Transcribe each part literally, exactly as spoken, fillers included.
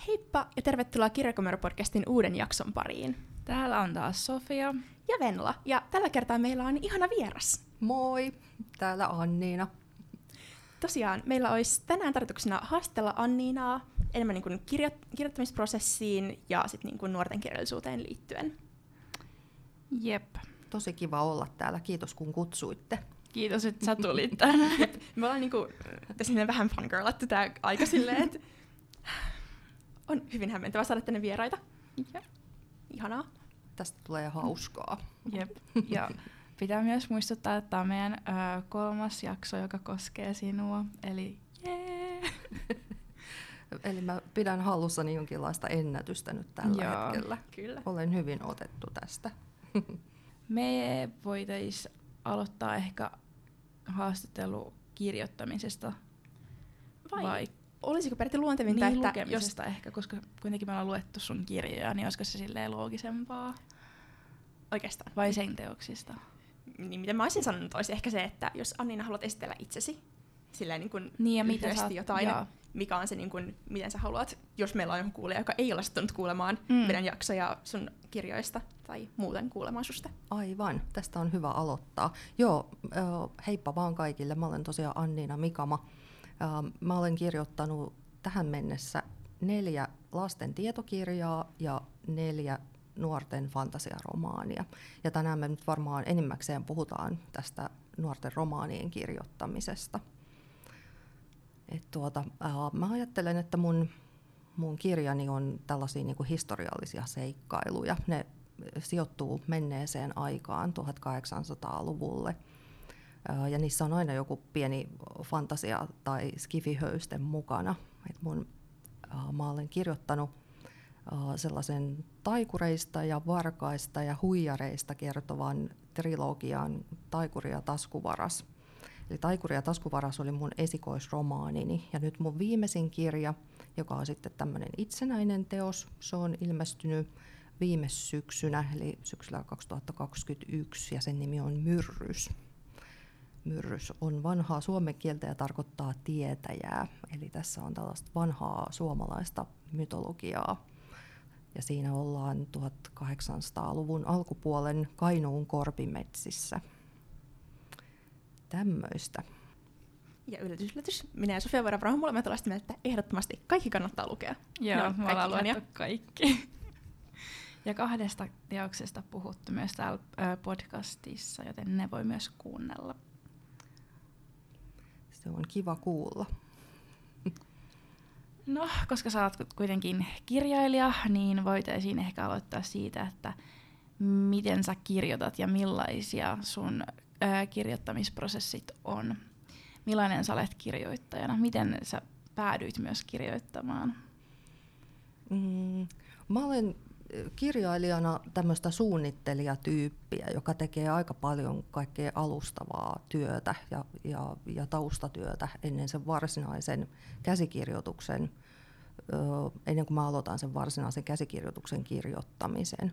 Heippa ja tervetuloa Kirjakomero-podcastin uuden jakson pariin. Täällä on taas Sofia. Ja Venla. Ja tällä kertaa meillä on ihana vieras. Moi, täällä Anniina. Tosiaan, meillä olisi tänään tarkoituksena haastella Anniinaa enemmän niin kuin kirjo- kirjoittamisprosessiin ja sit niin kuin nuorten kirjallisuuteen liittyen. Jep. Tosi kiva olla täällä. Kiitos kun kutsuitte. Kiitos, että sä tulit tänne. Me ollaan niinku, tässä vähän fangirlattu tää aika silleen, että on hyvin hämmentävää saada tänne vieraita. Ja. Ihanaa. Tästä tulee hauskaa. Jep. Ja pitää myös muistuttaa, että tämä on meidän ö, kolmas jakso, joka koskee sinua. Eli jee! Eli mä pidän hallussani jonkinlaista ennätystä nyt tällä Joo, hetkellä. Kyllä. Olen hyvin otettu tästä. Me voitaisiin aloittaa ehkä haastattelu kirjoittamisesta. Vai, Vai olisiko periaatteessa luontevinta, niin, että jos... lukemisesta ehkä, koska kuitenkin me ollaan luettu sun kirjoja, niin olisiko se silleen loogisempaa? Oikeastaan. Vai sen teoksista? Niin, mitä mä olisin sanonut, olisi ehkä se, että jos Anniina haluat esitellä itsesi, silleen niin kuin Niin, ja mitä lyhyesti sä oot- jotain, jaa. mikä on se, niin kuin, miten sä haluat, jos meillä on joku kuulija, joka ei ole sattunut kuulemaan Mm. meidän jaksoja sun kirjoista tai muuten kuulemaan susta. Aivan, tästä on hyvä aloittaa. Joo, heippa vaan kaikille. Mä olen tosiaan Anniina Mikama. Mä olen kirjoittanut tähän mennessä neljä lasten tietokirjaa ja neljä nuorten fantasiaromaania. Ja tänään me nyt varmaan enimmäkseen puhutaan tästä nuorten romaanien kirjoittamisesta. Et tuota, ää, mä ajattelen, että mun, mun kirjani on tällaisia niinku historiallisia seikkailuja. Ne sijoittuu menneeseen aikaan tuhatkahdeksansataaluvulle. Ää, ja niissä on aina joku pieni fantasia tai skifihöyste mukana. Et mun, ää, mä olen kirjoittanut ää, sellaisen taikureista ja varkaista ja huijareista kertovan trilogian Taikuri ja taskuvaras. Eli Taikuri ja taskuvaras oli mun esikoisromaanini, ja nyt mun viimeisin kirja, joka on sitten tämmöinen itsenäinen teos, se on ilmestynyt viime syksynä, eli syksyllä kaksituhattakaksikymmentäyksi, ja sen nimi on Myrrys. Myrrys on vanhaa suomen kieltä ja tarkoittaa tietäjää, eli tässä on tällaista vanhaa suomalaista mytologiaa. Ja siinä ollaan tuhatkahdeksansataaluvun alkupuolen Kainuun korpimetsissä. Tämmöistä. Ja yllätys, yllätys. Minä ja Sofia voidaan varmaan molemmat olla sitä mieltä, että ehdottomasti kaikki kannattaa lukea. Joo, Ne on me ollaan ihania. luettu kaikki. Ja kahdesta teoksesta puhuttu myös täällä ö, podcastissa, joten ne voi myös kuunnella. Se on kiva kuulla. No, koska sä oot kuitenkin kirjailija, niin voitaisiin ehkä aloittaa siitä, että miten sä kirjoitat ja millaisia sun ö, kirjoittamisprosessit on. Millainen sä olet kirjoittajana? Miten sä päädyit myös kirjoittamaan? Mm, mä olen kirjailijana tämmöistä suunnittelijatyyppiä, joka tekee aika paljon kaikkea alustavaa työtä ja, ja, ja taustatyötä ennen sen varsinaisen käsikirjoituksen, ö, ennen kuin mä aloitan sen varsinaisen käsikirjoituksen kirjoittamisen.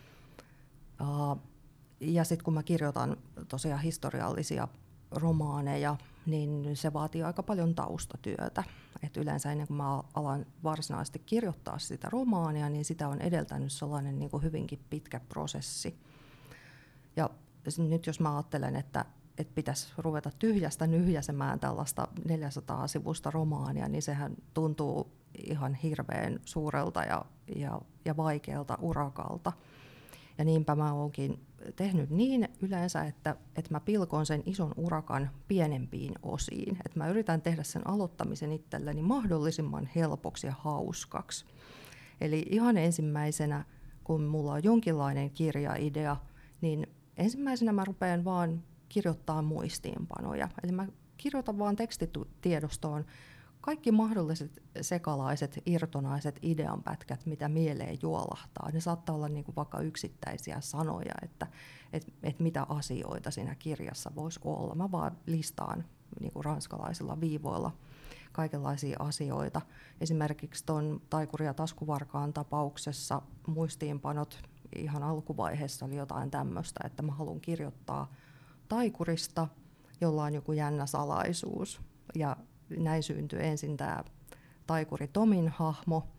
Uh, ja sitten kun mä kirjoitan tosiaan historiallisia romaaneja, niin se vaatii aika paljon taustatyötä. Et yleensä ennen kuin mä alan varsinaisesti kirjoittaa sitä romaania, niin sitä on edeltänyt sellainen niin kuin hyvinkin pitkä prosessi. Ja nyt jos mä ajattelen, että, että pitäisi ruveta tyhjästä nyhjäsemään tällaista neljäsataa sivusta romaania, niin sehän tuntuu ihan hirveän suurelta ja, ja, ja vaikealta urakalta. Ja niinpä mä oonkin tehnyt niin yleensä, että, että mä pilkon sen ison urakan pienempiin osiin. Että mä yritän tehdä sen aloittamisen itselleni mahdollisimman helpoksi ja hauskaksi. Eli ihan ensimmäisenä, kun mulla on jonkinlainen kirjaidea, niin ensimmäisenä mä rupean vaan kirjoittaa muistiinpanoja. Eli mä kirjoitan vaan tekstitiedostoon kaikki mahdolliset sekalaiset, irtonaiset ideanpätkät, mitä mieleen juolahtaa. Ne saattaa olla niin kuin vaikka yksittäisiä sanoja, että et, et mitä asioita siinä kirjassa voisi olla. Mä vaan listaan niin kuin ranskalaisilla viivoilla kaikenlaisia asioita. Esimerkiksi tuon Taikuri ja taskuvarkaan tapauksessa muistiinpanot ihan alkuvaiheessa oli jotain tämmöistä, että mä haluan kirjoittaa taikurista, jolla on joku jännä salaisuus. Ja näin syntyi ensin tämä taikuri Tomin hahmo,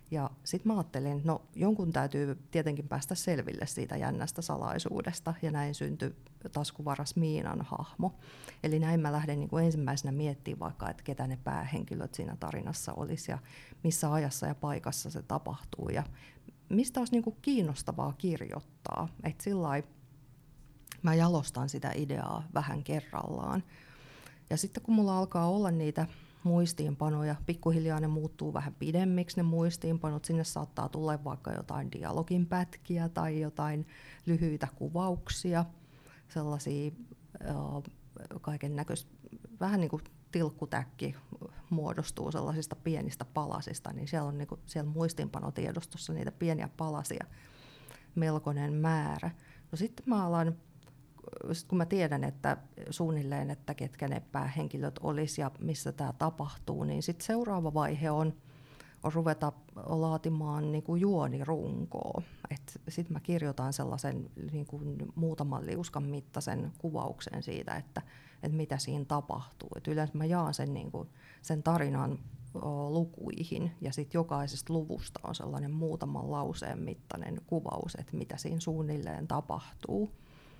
Ja sitten mä ajattelin, no jonkun täytyy tietenkin päästä selville siitä jännästä salaisuudesta, ja näin syntyi Taskuvaras Miinan hahmo. Eli näin mä lähden niin kuin ensimmäisenä miettimään vaikka, että ketä ne päähenkilöt siinä tarinassa olisi, ja missä ajassa ja paikassa se tapahtuu, ja mistä olisi niin kuin kiinnostavaa kirjoittaa. Että sillai mä jalostan sitä ideaa vähän kerrallaan. Ja sitten kun mulla alkaa olla niitä muistiinpanoja, pikkuhiljaa ne muuttuu vähän pidemmiksi ne muistiinpanot, sinne saattaa tulla vaikka jotain dialogin pätkiä tai jotain lyhyitä kuvauksia, sellaisia kaiken näköistä, vähän niin kuin tilkkutäkki muodostuu sellaisista pienistä palasista, niin siellä on niin kuin, siellä muistiinpanotiedostossa niitä pieniä palasia melkoinen määrä. No sitten mä alan, sit kun mä tiedän, että suunnilleen, että ketkä ne päähenkilöt olisi ja missä tämä tapahtuu, niin sitten seuraava vaihe on, on ruveta laatimaan niin kuin juonirunkoa. Sitten mä kirjoitan sellaisen niin kuin muutaman liuskan mittaisen kuvauksen siitä, että, että mitä siinä tapahtuu. Et yleensä mä jaan sen, niin kuin, sen tarinan o, lukuihin, ja sitten jokaisesta luvusta on sellainen muutaman lauseen mittainen kuvaus, että mitä siinä suunnilleen tapahtuu.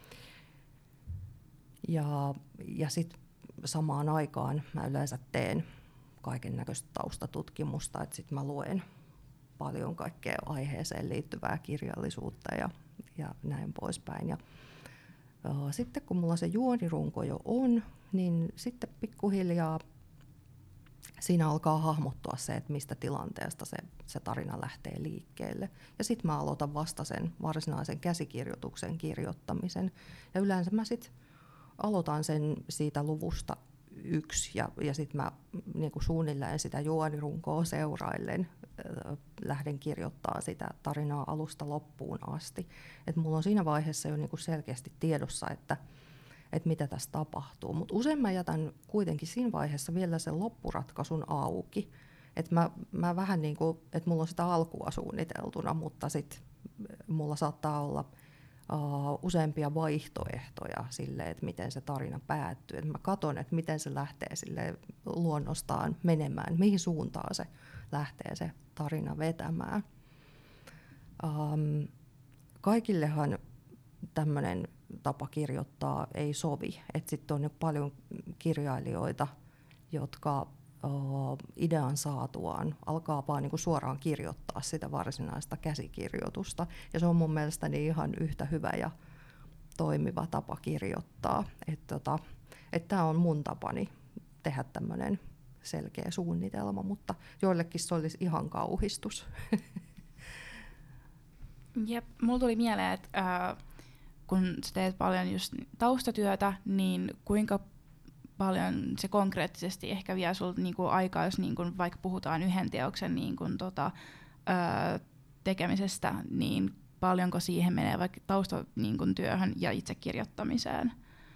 Ja, ja sitten samaan aikaan mä yleensä teen kaiken näköistä taustatutkimusta, että sitten mä luen paljon kaikkea aiheeseen liittyvää kirjallisuutta ja, ja näin poispäin. Ja, ää, sitten kun mulla se juonirunko jo on, niin sitten pikkuhiljaa siinä alkaa hahmottua se, että mistä tilanteesta se, se tarina lähtee liikkeelle. Ja sitten mä aloitan vasta sen varsinaisen käsikirjoituksen kirjoittamisen. Ja yleensä mä sitten aloitan sen siitä luvusta yksi, ja, ja sitten mä niin kuin suunnilleen sitä juonirunkoa seuraillen äh, lähden kirjoittamaan sitä tarinaa alusta loppuun asti. Et mulla on siinä vaiheessa jo niin kuin selkeästi tiedossa, että, että mitä tässä tapahtuu. Mutta usein mä jätän kuitenkin siinä vaiheessa vielä sen loppuratkaisun auki. Että mä, mä vähän niin kuin, että mulla on sitä alkua suunniteltuna, mutta sitten mulla saattaa olla Uh, useampia vaihtoehtoja sille, että miten se tarina päättyy. Et mä katson, että miten se lähtee sille luonnostaan menemään, mihin suuntaan se lähtee se tarina vetämään. Um, kaikillehan tämmöinen tapa kirjoittaa ei sovi. Sitten on paljon kirjailijoita, jotka uh, idean saatuaan alkaa vaan niinku suoraan kirjoittaa sitä varsinaista käsikirjoitusta. Ja se on mun mielestäni ihan yhtä hyvä ja toimiva tapa kirjoittaa. Että tota, et tämä on mun tapani tehdä tämmöinen selkeä suunnitelma, mutta joillekin se olisi ihan kauhistus. Jep, mulla tuli mieleen, että äh, kun sä teet paljon just taustatyötä, niin kuinka paljon se konkreettisesti ehkä vie sulta niinku aikaa, jos niinku vaikka puhutaan yhden teoksen niinku tota, öö, tekemisestä, niin paljonko siihen menee vaikka taustatyöhön ja itse kirjoittamiseen?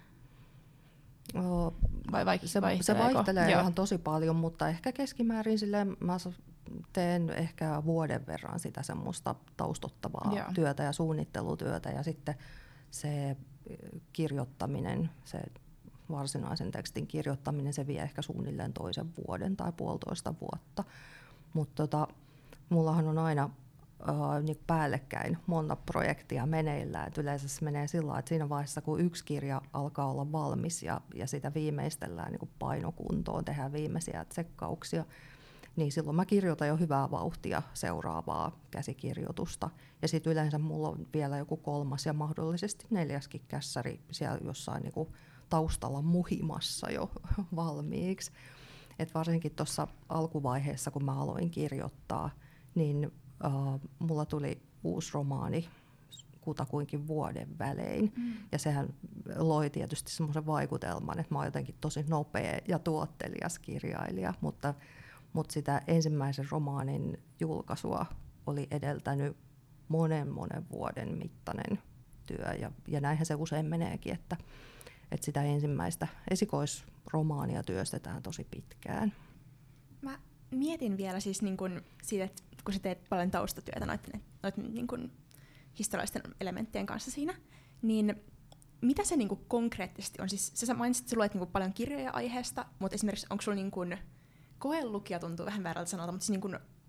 Oh, Vai vaik- se, se vaihtelee Joo. ihan tosi paljon, mutta ehkä keskimäärin silleen mä teen ehkä vuoden verran sitä semmoista taustottavaa Joo. työtä ja suunnittelutyötä, ja sitten se kirjoittaminen, se varsinaisen tekstin kirjoittaminen, se vie ehkä suunnilleen toisen vuoden tai puolitoista vuotta. Mutta tota, mullahan on aina äh, niin päällekkäin monta projektia meneillään. Et yleensä se menee sillä lailla, että siinä vaiheessa, kun yksi kirja alkaa olla valmis ja, ja sitä viimeistellään niin painokuntoon, tehdään viimeisiä tsekkauksia, niin silloin mä kirjoitan jo hyvää vauhtia seuraavaa käsikirjoitusta. Ja sitten yleensä mulla on vielä joku kolmas ja mahdollisesti neljäskin kässäri siellä jossain niin kuin taustalla muhimassa jo valmiiksi. Et varsinkin tuossa alkuvaiheessa, kun mä aloin kirjoittaa, niin uh, mulla tuli uusi romaani kutakuinkin vuoden välein. Mm. Ja sehän loi tietysti semmoisen vaikutelman, että mä oon jotenkin tosi nopea ja tuottelias kirjailija, mutta, mutta sitä ensimmäisen romaanin julkaisua oli edeltänyt monen monen vuoden mittainen työ, ja, ja näinhän se usein meneekin, että että sitä ensimmäistä esikoisromaania työstetään tosi pitkään. Mä mietin vielä siis niin kun siitä, että kun sä teet paljon taustatyötä noiden, noiden niin kun historiallisten elementtien kanssa siinä, niin mitä se niin kun konkreettisesti on? Siis sä mainitsit, että sä luet niin kun paljon kirjoja aiheesta, mutta esimerkiksi onko sulla niin kun koelukija, tuntuu vähän väärältä sanalta, mutta siis niin kun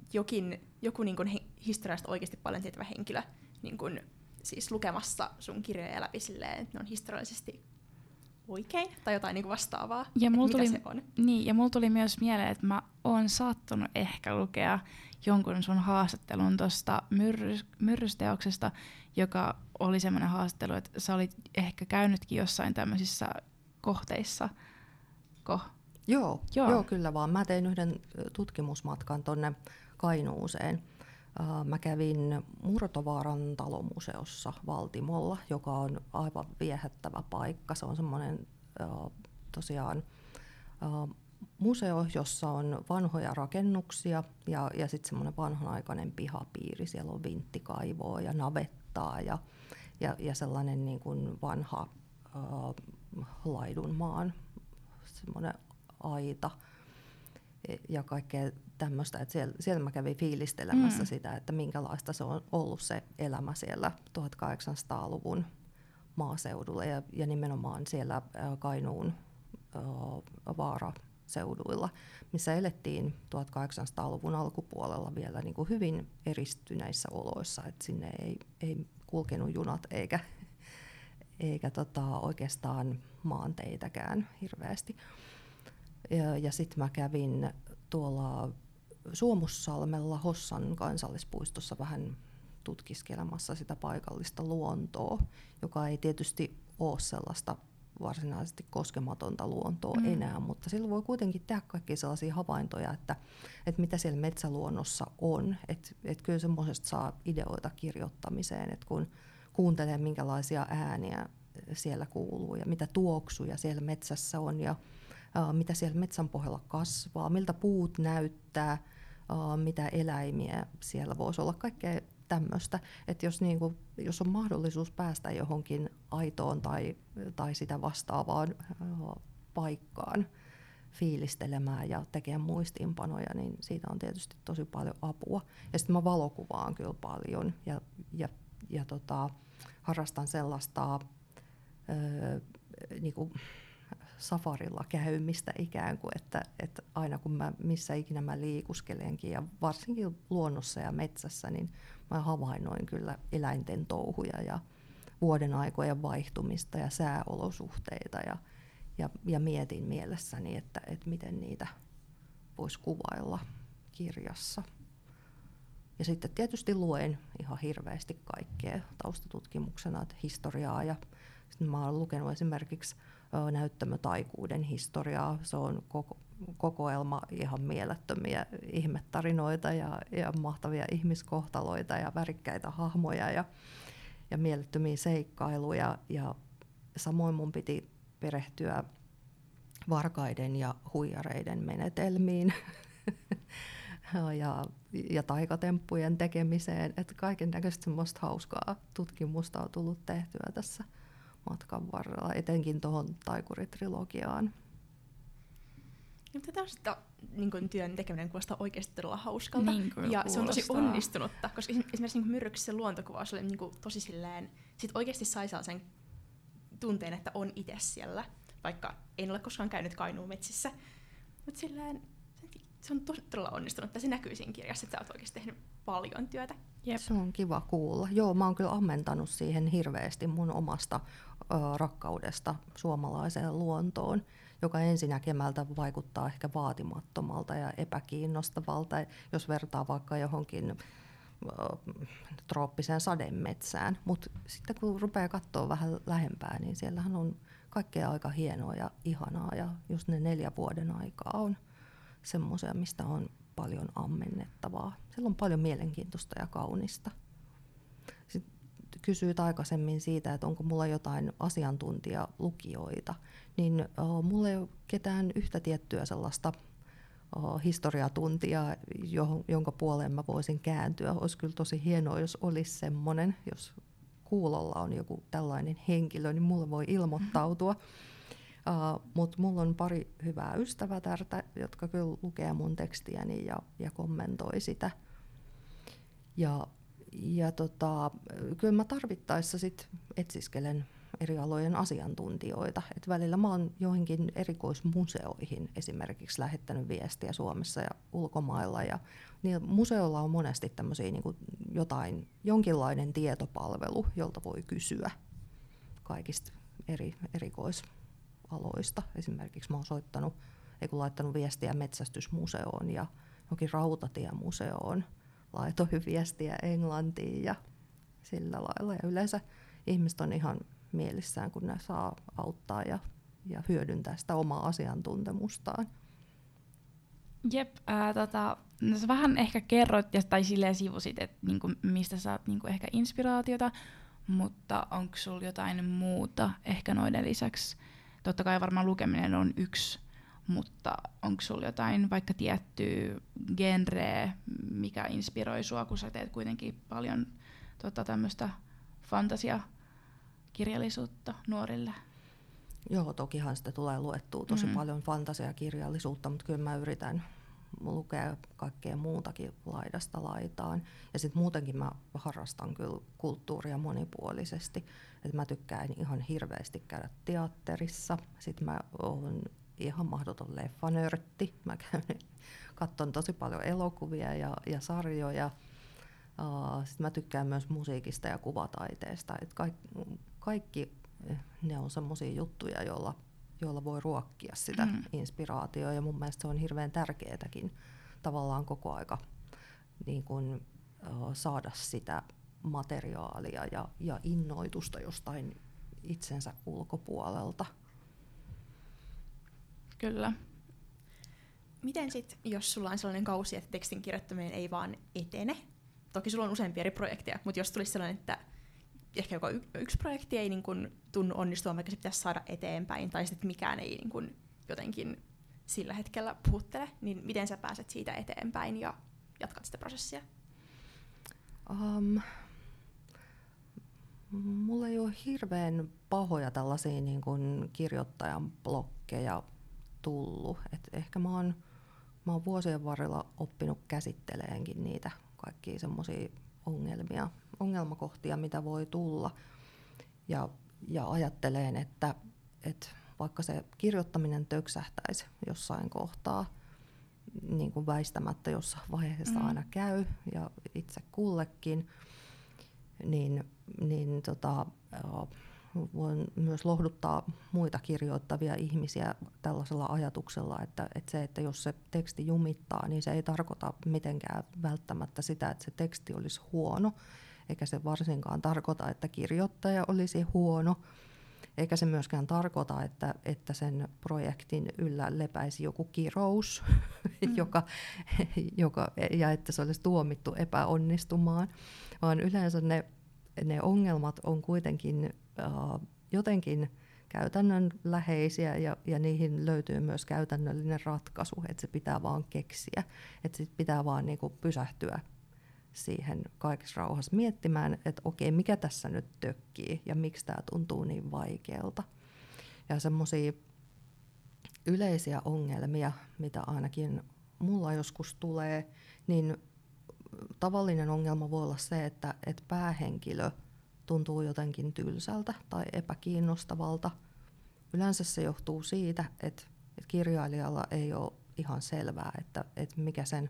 jokin, joku niin kuin he, historiasta oikeasti paljon tietävä henkilö niin kuin, siis lukemassa sun kirjoja läpi silleen, että ne on historiallisesti oikein tai jotain niin kuin vastaavaa, ja että mulla mitä tuli, se on. Niin, ja mulla tuli myös mieleen, että mä oon saattanut ehkä lukea jonkun sun haastattelun tuosta myrrys, myrrysteoksesta, joka oli semmoinen haastattelu, että sä olit ehkä käynytkin jossain tämmöisissä kohteissa. Ko? Joo, Joo. joo, kyllä vaan. Mä tein yhden tutkimusmatkan tonne Kainuuseen. Mä kävin Murtovaaran talomuseossa Valtimolla, joka on aivan viehättävä paikka. Se on semmoinen tosiaan museo, jossa on vanhoja rakennuksia ja, ja sitten semmoinen vanhanaikainen pihapiiri. Siellä on vinttikaivoa ja navettaa ja, ja, ja sellainen niin kuin vanha äh, laidunmaan semmoinen aita ja kaikkea tämmöistä, että siellä, siellä mä kävin fiilistelemässä mm. sitä, että minkälaista se on ollut se elämä siellä tuhatkahdeksansataaluvun maaseudulla ja, ja nimenomaan siellä Kainuun äh, vaaraseuduilla, missä elettiin tuhatkahdeksansataaluvun alkupuolella vielä niin kuin hyvin eristyneissä oloissa, että sinne ei, ei kulkenut junat eikä, eikä tota, oikeastaan maanteitäkään hirveästi. Ja, ja sitten mä kävin tuolla Suomussalmella Hossan kansallispuistossa vähän tutkiskelemassa sitä paikallista luontoa, joka ei tietysti ole sellaista varsinaisesti koskematonta luontoa mm. enää, mutta sillä voi kuitenkin tehdä kaikkia sellaisia havaintoja, että, että mitä siellä metsäluonnossa on. Että et kyllä semmoisesta saa ideoita kirjoittamiseen, että kun kuuntelee minkälaisia ääniä siellä kuuluu ja mitä tuoksuja siellä metsässä on ja uh, mitä siellä metsän pohjalla kasvaa, miltä puut näyttää, uh, mitä eläimiä siellä voisi olla, kaikkea tämmöistä, että jos, niinku, jos on mahdollisuus päästä johonkin aitoon tai, tai sitä vastaavaan uh, paikkaan fiilistelemään ja tekemään muistiinpanoja, niin siitä on tietysti tosi paljon apua. Ja sitten mä valokuvaan kyllä paljon ja, ja, ja tota, harrastan sellaista öö, niinku safarilla käymistä ikään kuin, että, että aina kun mä missä ikinä mä liikuskelenkin ja varsinkin luonnossa ja metsässä, niin mä havainnoin kyllä eläinten touhuja ja vuoden aikojen vaihtumista ja sääolosuhteita ja, ja, ja mietin mielessäni, että, että miten niitä voisi kuvailla kirjassa. Ja sitten tietysti luen ihan hirveästi kaikkea taustatutkimuksena, että historiaa ja sitten mä oon lukenut esimerkiksi näyttämötaikuuden historiaa. Se on koko, kokoelma ihan mielettömiä ihmetarinoita ja, ja mahtavia ihmiskohtaloita ja värikkäitä hahmoja ja, ja mielettömiä seikkailuja. Ja samoin mun piti perehtyä varkaiden ja huijareiden menetelmiin ja, ja taikatemppujen tekemiseen. Että kaiken näköistä semmoista hauskaa tutkimusta on tullut tehtyä tässä matkan varrella, etenkin tuohon taikuritrilogiaan. Tästä niin työn tekeminen kuulostaa oikeasti todella hauskalta. Niin ja se on tosi onnistunutta, koska esimerkiksi niin Myrryksessä luontokuvaus oli niin tosi silleen, sit oikeasti sai sellaisen tunteen, että on itse siellä, vaikka en ole koskaan käynyt Kainuun metsissä. Mutta silleen, se on tos, todella onnistunut, että se näkyy siinä kirjassa, että sä oot oikeasti tehnyt paljon työtä. Jep. Se on kiva kuulla. Joo, mä oon kyllä ammentanut siihen hirveästi mun omasta ö, rakkaudesta suomalaiseen luontoon, joka ensinäkemältä vaikuttaa ehkä vaatimattomalta ja epäkiinnostavalta, jos vertaa vaikka johonkin ö, trooppiseen sademetsään. Mutta sitten kun rupeaa katsoa vähän lähempää, niin siellähän on kaikkea aika hienoa ja ihanaa, ja just ne neljä vuoden aikaa on semmoisia, mistä on paljon ammennettavaa. Siellä on paljon mielenkiintoista ja kaunista. Sitten kysyit aikaisemmin siitä, että onko mulla jotain asiantuntijalukijoita, niin uh, mulla ei ole ketään yhtä tiettyä sellaista uh, historiatuntijaa, johon, jonka puoleen mä voisin kääntyä. Olisi kyllä tosi hienoa, jos olisi semmoinen, jos kuulolla on joku tällainen henkilö, niin mulle voi ilmoittautua. Uh, Mutta mulla on pari hyvää ystävätärtä, jotka kyllä lukee mun tekstiäni ja, ja kommentoi sitä. Ja, ja tota, kyllä mä tarvittaessa sit etsiskelen eri alojen asiantuntijoita. Et välillä mä oon joihinkin erikoismuseoihin esimerkiksi lähettänyt viestiä Suomessa ja ulkomailla. Ja niin museolla on monesti tämmöisiä niin kuin jotain, jonkinlainen tietopalvelu, jolta voi kysyä kaikista eri erikoisaloista. Esimerkiksi mä oon soittanut, ei kun laittanut viestiä metsästysmuseoon ja jokin rautatiemuseoon. Laitoin viestiä Englantiin ja sillä lailla. Ja yleensä ihmiset on ihan mielissään, kun ne saa auttaa ja, ja hyödyntää sitä omaa asiantuntemustaan. Jep, ää, tota, no sä vähän ehkä kerroit ja, tai silleen sivusit, että niinku, mistä saat niinku, ehkä inspiraatiota, mutta onko sulla jotain muuta ehkä noiden lisäksi? Totta kai varmaan lukeminen on yksi, mutta onko sulla jotain vaikka tiettyä genreä, mikä inspiroi sua, kun sä teet kuitenkin paljon tota, tämmöistä fantasiakirjallisuutta nuorille? Joo, tokihan sitä tulee luettua tosi Mm-hmm. paljon fantasiakirjallisuutta, mutta kyllä mä yritän lukea kaikkea muutakin laidasta laitaan. Ja sitten muutenkin mä harrastan kyllä kulttuuria monipuolisesti. Et mä tykkään ihan hirveästi käydä teatterissa. Sitten mä oon ihan mahdoton leffanörtti. Mä käyn, katson tosi paljon elokuvia ja, ja sarjoja. Uh, sitten mä tykkään myös musiikista ja kuvataiteesta. Et kaikki, kaikki ne on semmoisia juttuja, joilla, joilla voi ruokkia sitä mm. inspiraatiota. Ja mun mielestä se on hirveän tärkeätäkin tavallaan koko aika niin kun, uh, saada sitä materiaalia ja, ja innoitusta jostain itsensä ulkopuolelta. Kyllä. Miten sitten, jos sulla on sellainen kausi, että tekstin kirjoittaminen ei vaan etene? Toki sulla on useampia eri projekteja, mutta jos tulisi sellainen, että ehkä joko y- yksi projekti ei niin kun tunnu onnistumaan, vaikka se pitäisi saada eteenpäin, tai sitten mikään ei niin kun jotenkin sillä hetkellä puhuttele, niin miten sä pääset siitä eteenpäin ja jatkat sitä prosessia? Um, mulla ei ole hirveän pahoja tällaisia niin kun kirjoittajan blokkeja tullut. Et ehkä mä oon, mä oon vuosien varrella oppinut käsitteleenkin niitä kaikkia semmoisia ongelmia, ongelmakohtia, mitä voi tulla. Ja, ja ajattelen, että, että vaikka se kirjoittaminen töksähtäisi jossain kohtaa, niin kuin väistämättä jossain vaiheessa mm. aina käy, ja itse kullekin, niin, niin tota, voin myös lohduttaa muita kirjoittavia ihmisiä tällaisella ajatuksella, että, että se, että jos se teksti jumittaa, niin se ei tarkoita mitenkään välttämättä sitä, että se teksti olisi huono, eikä se varsinkaan tarkoita, että kirjoittaja olisi huono, eikä se myöskään tarkoita, että, että sen projektin yllä lepäisi joku kirous, mm. joka, joka, ja että se olisi tuomittu epäonnistumaan, vaan yleensä ne, ne ongelmat on kuitenkin uh, jotenkin käytännönläheisiä ja, ja niihin löytyy myös käytännöllinen ratkaisu, että se pitää vaan keksiä, että sit pitää vaan niinku pysähtyä siihen kaikessa rauhassa miettimään, että okei, mikä tässä nyt tökkii ja miksi tämä tuntuu niin vaikealta. Ja semmoisia yleisiä ongelmia, mitä ainakin mulla joskus tulee, niin tavallinen ongelma voi olla se, että, että päähenkilö tuntuu jotenkin tylsältä tai epäkiinnostavalta. Yleensä se johtuu siitä, että, että kirjailijalla ei ole ihan selvää, että, että mikä sen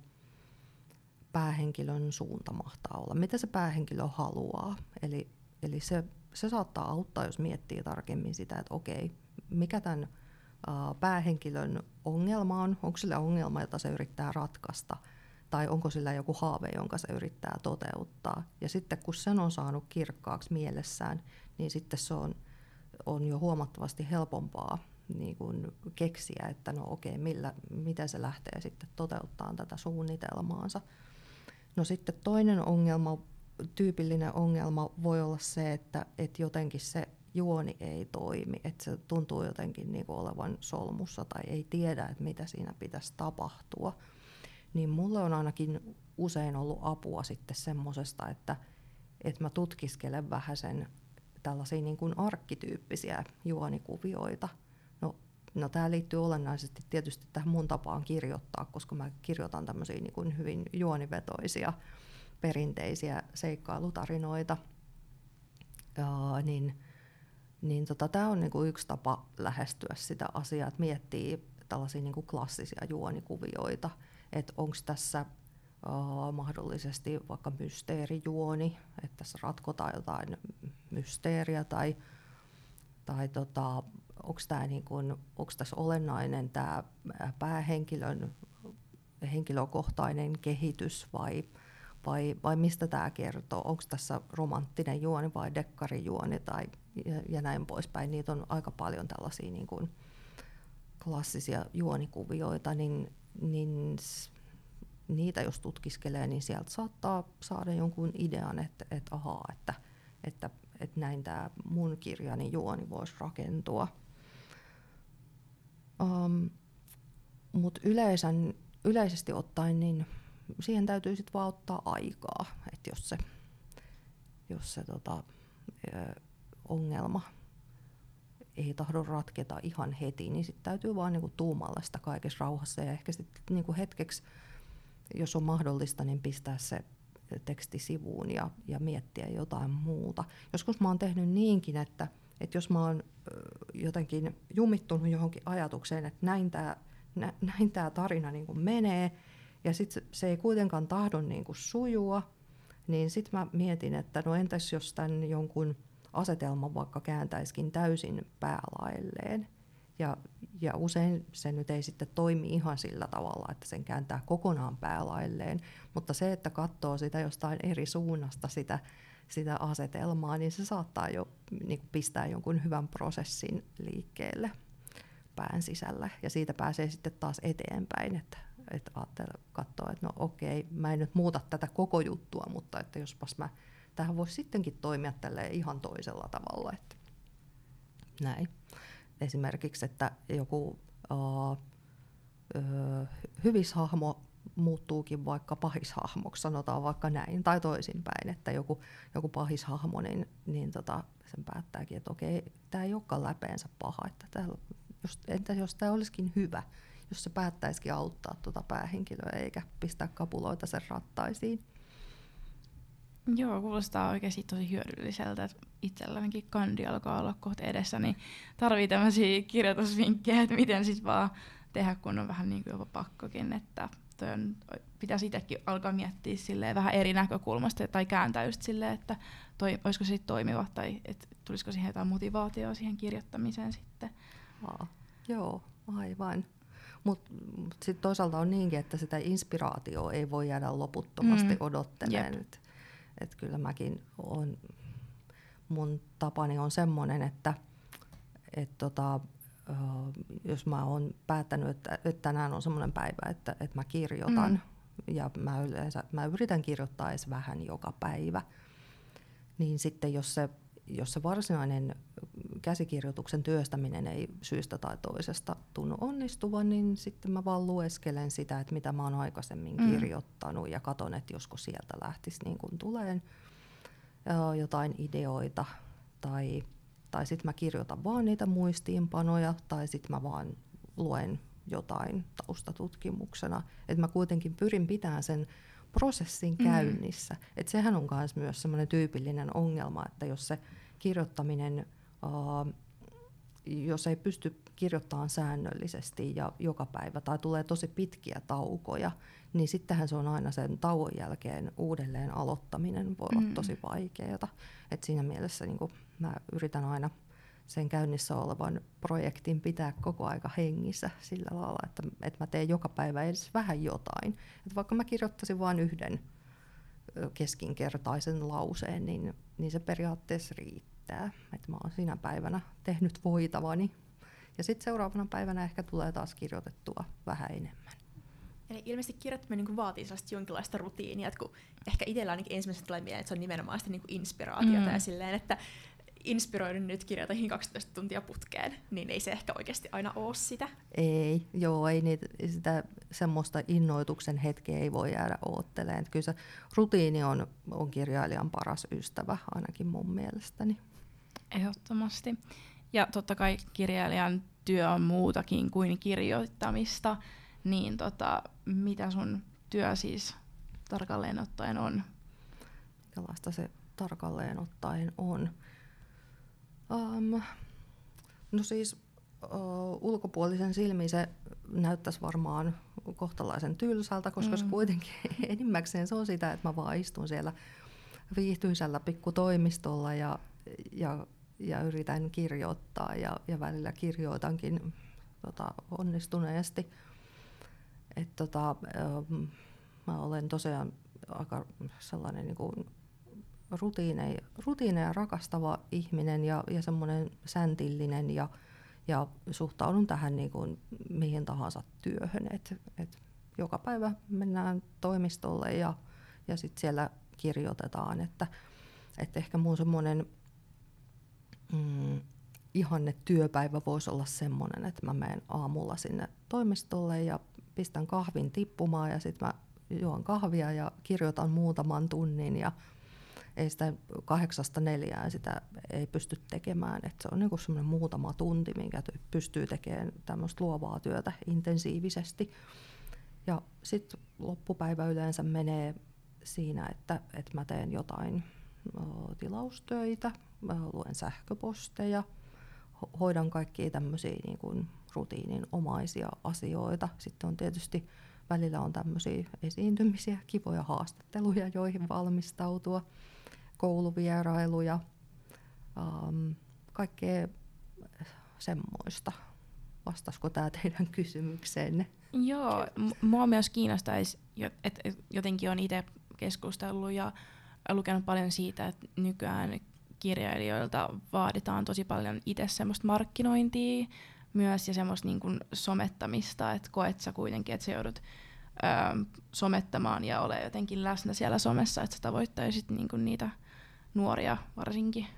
päähenkilön suunta mahtaa olla, mitä se päähenkilö haluaa. Eli, eli se, se saattaa auttaa, jos miettii tarkemmin sitä, että okei, mikä tämän uh, päähenkilön ongelma on, onko sillä ongelma, jota se yrittää ratkaista, tai onko sillä joku haave, jonka se yrittää toteuttaa. Ja sitten kun sen on saanut kirkkaaksi mielessään, niin sitten se on, on jo huomattavasti helpompaa niin kuin keksiä, että no okei, millä, miten se lähtee sitten toteuttamaan tätä suunnitelmaansa. No sitten toinen ongelma, tyypillinen ongelma voi olla se, että, että jotenkin se juoni ei toimi, että se tuntuu jotenkin niin kuin olevan solmussa tai ei tiedä, että mitä siinä pitäisi tapahtua. Niin mulle on ainakin usein ollut apua sitten semmosesta, että, että mä tutkiskelen vähän sen tällaisia niin kuin arkkityyppisiä juonikuvioita. No, no tämä liittyy olennaisesti tietysti tähän mun tapaan kirjoittaa, koska mä kirjoitan tämmöisiä niin kuin hyvin juonivetoisia, perinteisiä seikkailutarinoita, ja, niin, niin tota, tämä on niinku yksi tapa lähestyä sitä asiaa, että miettii tällaisia niinku klassisia juonikuvioita, että onko tässä uh, mahdollisesti vaikka mysteerijuoni, että tässä ratkotaan jotain mysteeriä, tai, tai tota, onko niinku, tässä olennainen tämä päähenkilön henkilökohtainen kehitys vai, vai, vai mistä tämä kertoo, onko tässä romanttinen juoni vai dekkarijuoni tai ja, ja näin poispäin. Niitä on aika paljon tällaisia niin kuin klassisia juonikuvioita, niin, niin niitä jos tutkiskelee, niin sieltä saattaa saada jonkun idean, että, että ahaa, että, että, että näin tämä mun kirjani juoni voisi rakentua. Um, Mutta yleisen, yleisesti ottaen, niin siihen täytyy sitten vaan ottaa aikaa, että jos se, jos se tota, ö, ongelma ei tahdo ratketa ihan heti, niin sitten täytyy vaan niinku tuumalla sitä kaikessa rauhassa ja ehkä sitten niinku hetkeksi, jos on mahdollista, niin pistää se teksti sivuun ja, ja miettiä jotain muuta. Joskus mä oon tehnyt niinkin, että, että jos mä oon jotenkin jumittunut johonkin ajatukseen, että näin tämä näin tämä tarina niin kuin menee, ja sitten se ei kuitenkaan tahdo niin kuin sujua, niin sitten mä mietin, että no entäs jos tämän jonkun asetelman vaikka kääntäisikin täysin päälailleen, ja, ja usein se nyt ei sitten toimi ihan sillä tavalla, että sen kääntää kokonaan päälailleen, mutta se, että katsoo sitä jostain eri suunnasta sitä, sitä asetelmaa, niin se saattaa jo niin kuin pistää jonkun hyvän prosessin liikkeelle pään sisällä, ja siitä pääsee sitten taas eteenpäin, että, että katsoo, että no okei, mä en nyt muuta tätä koko juttua, mutta että jospas mä, tämähän voisi sittenkin toimia tälleen ihan toisella tavalla. Että näin. Esimerkiksi, että joku uh, uh, hyvishahmo muuttuukin vaikka pahishahmoksi, sanotaan vaikka näin, tai toisinpäin, että joku, joku pahishahmo, niin, niin tota, sen päättääkin, että okei, tämä ei olekaan läpeensä paha, että täällä Jos, entä jos tämä olisikin hyvä, jos se päättäisikin auttaa tuota päähenkilöä eikä pistää kapuloita sen rattaisiin? Joo, kuulostaa oikeasti tosi hyödylliseltä, että itselläänkin kandi alkaa olla kohta edessä, niin tarvii tämmöisiä kirjoitusvinkkejä, että miten sit vaan tehdä, kun on vähän niin kuin jopa pakkokin, että on, pitäisi itsekin alkaa miettiä silleen vähän eri näkökulmasta tai kääntää just silleen, että toi, olisiko se toimiva tai et, tulisiko siihen jotain motivaatiota siihen kirjoittamiseen sitten. Aa, joo, aivan. Mutta mut sitten toisaalta on niinkin, että sitä inspiraatioa ei voi jäädä loputtomasti mm. odottelemaan. Et, et kyllä mäkin on, mun tapani on semmoinen, että et tota, jos mä oon päättänyt, että, että tänään on semmoinen päivä, että, että mä kirjoitan, mm. ja mä, yleensä, mä yritän kirjoittaa edes vähän joka päivä, niin sitten jos se jos se varsinainen käsikirjoituksen työstäminen ei syystä tai toisesta tunnu onnistuvan, niin sitten mä vaan lueskelen sitä, että mitä mä oon aikaisemmin mm. kirjoittanut ja katon, että josko sieltä lähtisi niin kuin tuleen jotain ideoita tai, tai sitten mä kirjoitan vaan niitä muistiinpanoja tai sitten mä vaan luen jotain taustatutkimuksena. Että mä kuitenkin pyrin pitämään sen prosessin käynnissä. Mm. Et sehän on myös semmoinen tyypillinen ongelma, että jos se kirjoittaminen, uh, jos ei pysty kirjoittamaan säännöllisesti ja joka päivä tai tulee tosi pitkiä taukoja, niin sittenhän se on aina sen tauon jälkeen uudelleen aloittaminen voi olla mm. tosi vaikeaa. Et siinä mielessä niin kun mä yritän aina sen käynnissä olevan projektin pitää koko aika hengissä sillä lailla, että, että mä teen joka päivä edes vähän jotain. Että vaikka mä kirjoittaisin vain yhden keskinkertaisen lauseen, niin, niin se periaatteessa riittää. Että mä oon siinä päivänä tehnyt voitavani. Ja sitten seuraavana päivänä ehkä tulee taas kirjoitettua vähän enemmän. Eli ilmeisesti kirjoittaminen niin vaatii sellaista jonkinlaista rutiinia, että kun ehkä itsellä ainakin ensimmäisenä tulee mieleen, että se on nimenomaan sitä niin kuin inspiraatiota mm. ja silleen, että inspiroidun nyt kirjoitan kaksitoista tuntia putkeen, niin ei se ehkä oikeasti aina ole sitä. Ei, joo, ei niitä, sitä semmoista innoituksen hetkeä ei voi jäädä oottelemaan. Kyllä se rutiini on, on kirjailijan paras ystävä, ainakin mun mielestäni. Ehdottomasti. Ja totta kai kirjailijan työ on muutakin kuin kirjoittamista, niin tota, mitä sun työ siis tarkalleen ottaen on? Millaista se tarkalleen ottaen on? Um, no siis uh, ulkopuolisen silmin se näyttäisi varmaan kohtalaisen tylsältä, koska mm. se kuitenkin enimmäkseen se on sitä, että mä vaan istun siellä viihtyisällä pikkutoimistolla ja, ja, ja yritän kirjoittaa ja, ja välillä kirjoitankin tota, onnistuneesti. Et, tota, um, mä olen tosiaan aika sellainen niin kuin rutiineja, rutiineja rakastava ihminen ja, ja semmoinen säntillinen ja, ja suhtaudun tähän niin kuin mihin tahansa työhön. Et, et joka päivä mennään toimistolle ja, ja sitten siellä kirjoitetaan. Että, et ehkä mun semmoinen mm, ihanne työpäivä voisi olla semmoinen, että mä menen aamulla sinne toimistolle ja pistän kahvin tippumaan ja sitten mä juon kahvia ja kirjoitan muutaman tunnin ja ei sitä kahdeksasta neljään sitä ei pysty tekemään. Et se on niinku semmoinen muutama tunti, minkä pystyy tekemään tämmöistä luovaa työtä intensiivisesti. Ja sitten loppupäivä yleensä menee siinä, että, että mä teen jotain o, tilaustöitä, mä luen sähköposteja, ho- hoidan kaikkia tämmöisiä niin kuin rutiininomaisia asioita. Sitten on tietysti välillä on tämmöisiä esiintymisiä, kivoja haastatteluja, joihin valmistautua, kouluvierailuja, um, kaikkea semmoista. Vastaisiko tämä teidän kysymykseenne? Joo, m- mua myös kiinnostaisi, että jotenkin olen itse keskustellut ja lukenut paljon siitä, että nykyään kirjailijoilta vaaditaan tosi paljon itse semmoista markkinointia myös ja semmoista niin kuin somettamista, että koet sä kuitenkin, että sä joudut ö, somettamaan ja ole jotenkin läsnä siellä somessa, että sä tavoittaisit niin kuin niitä nuoria varsinkin.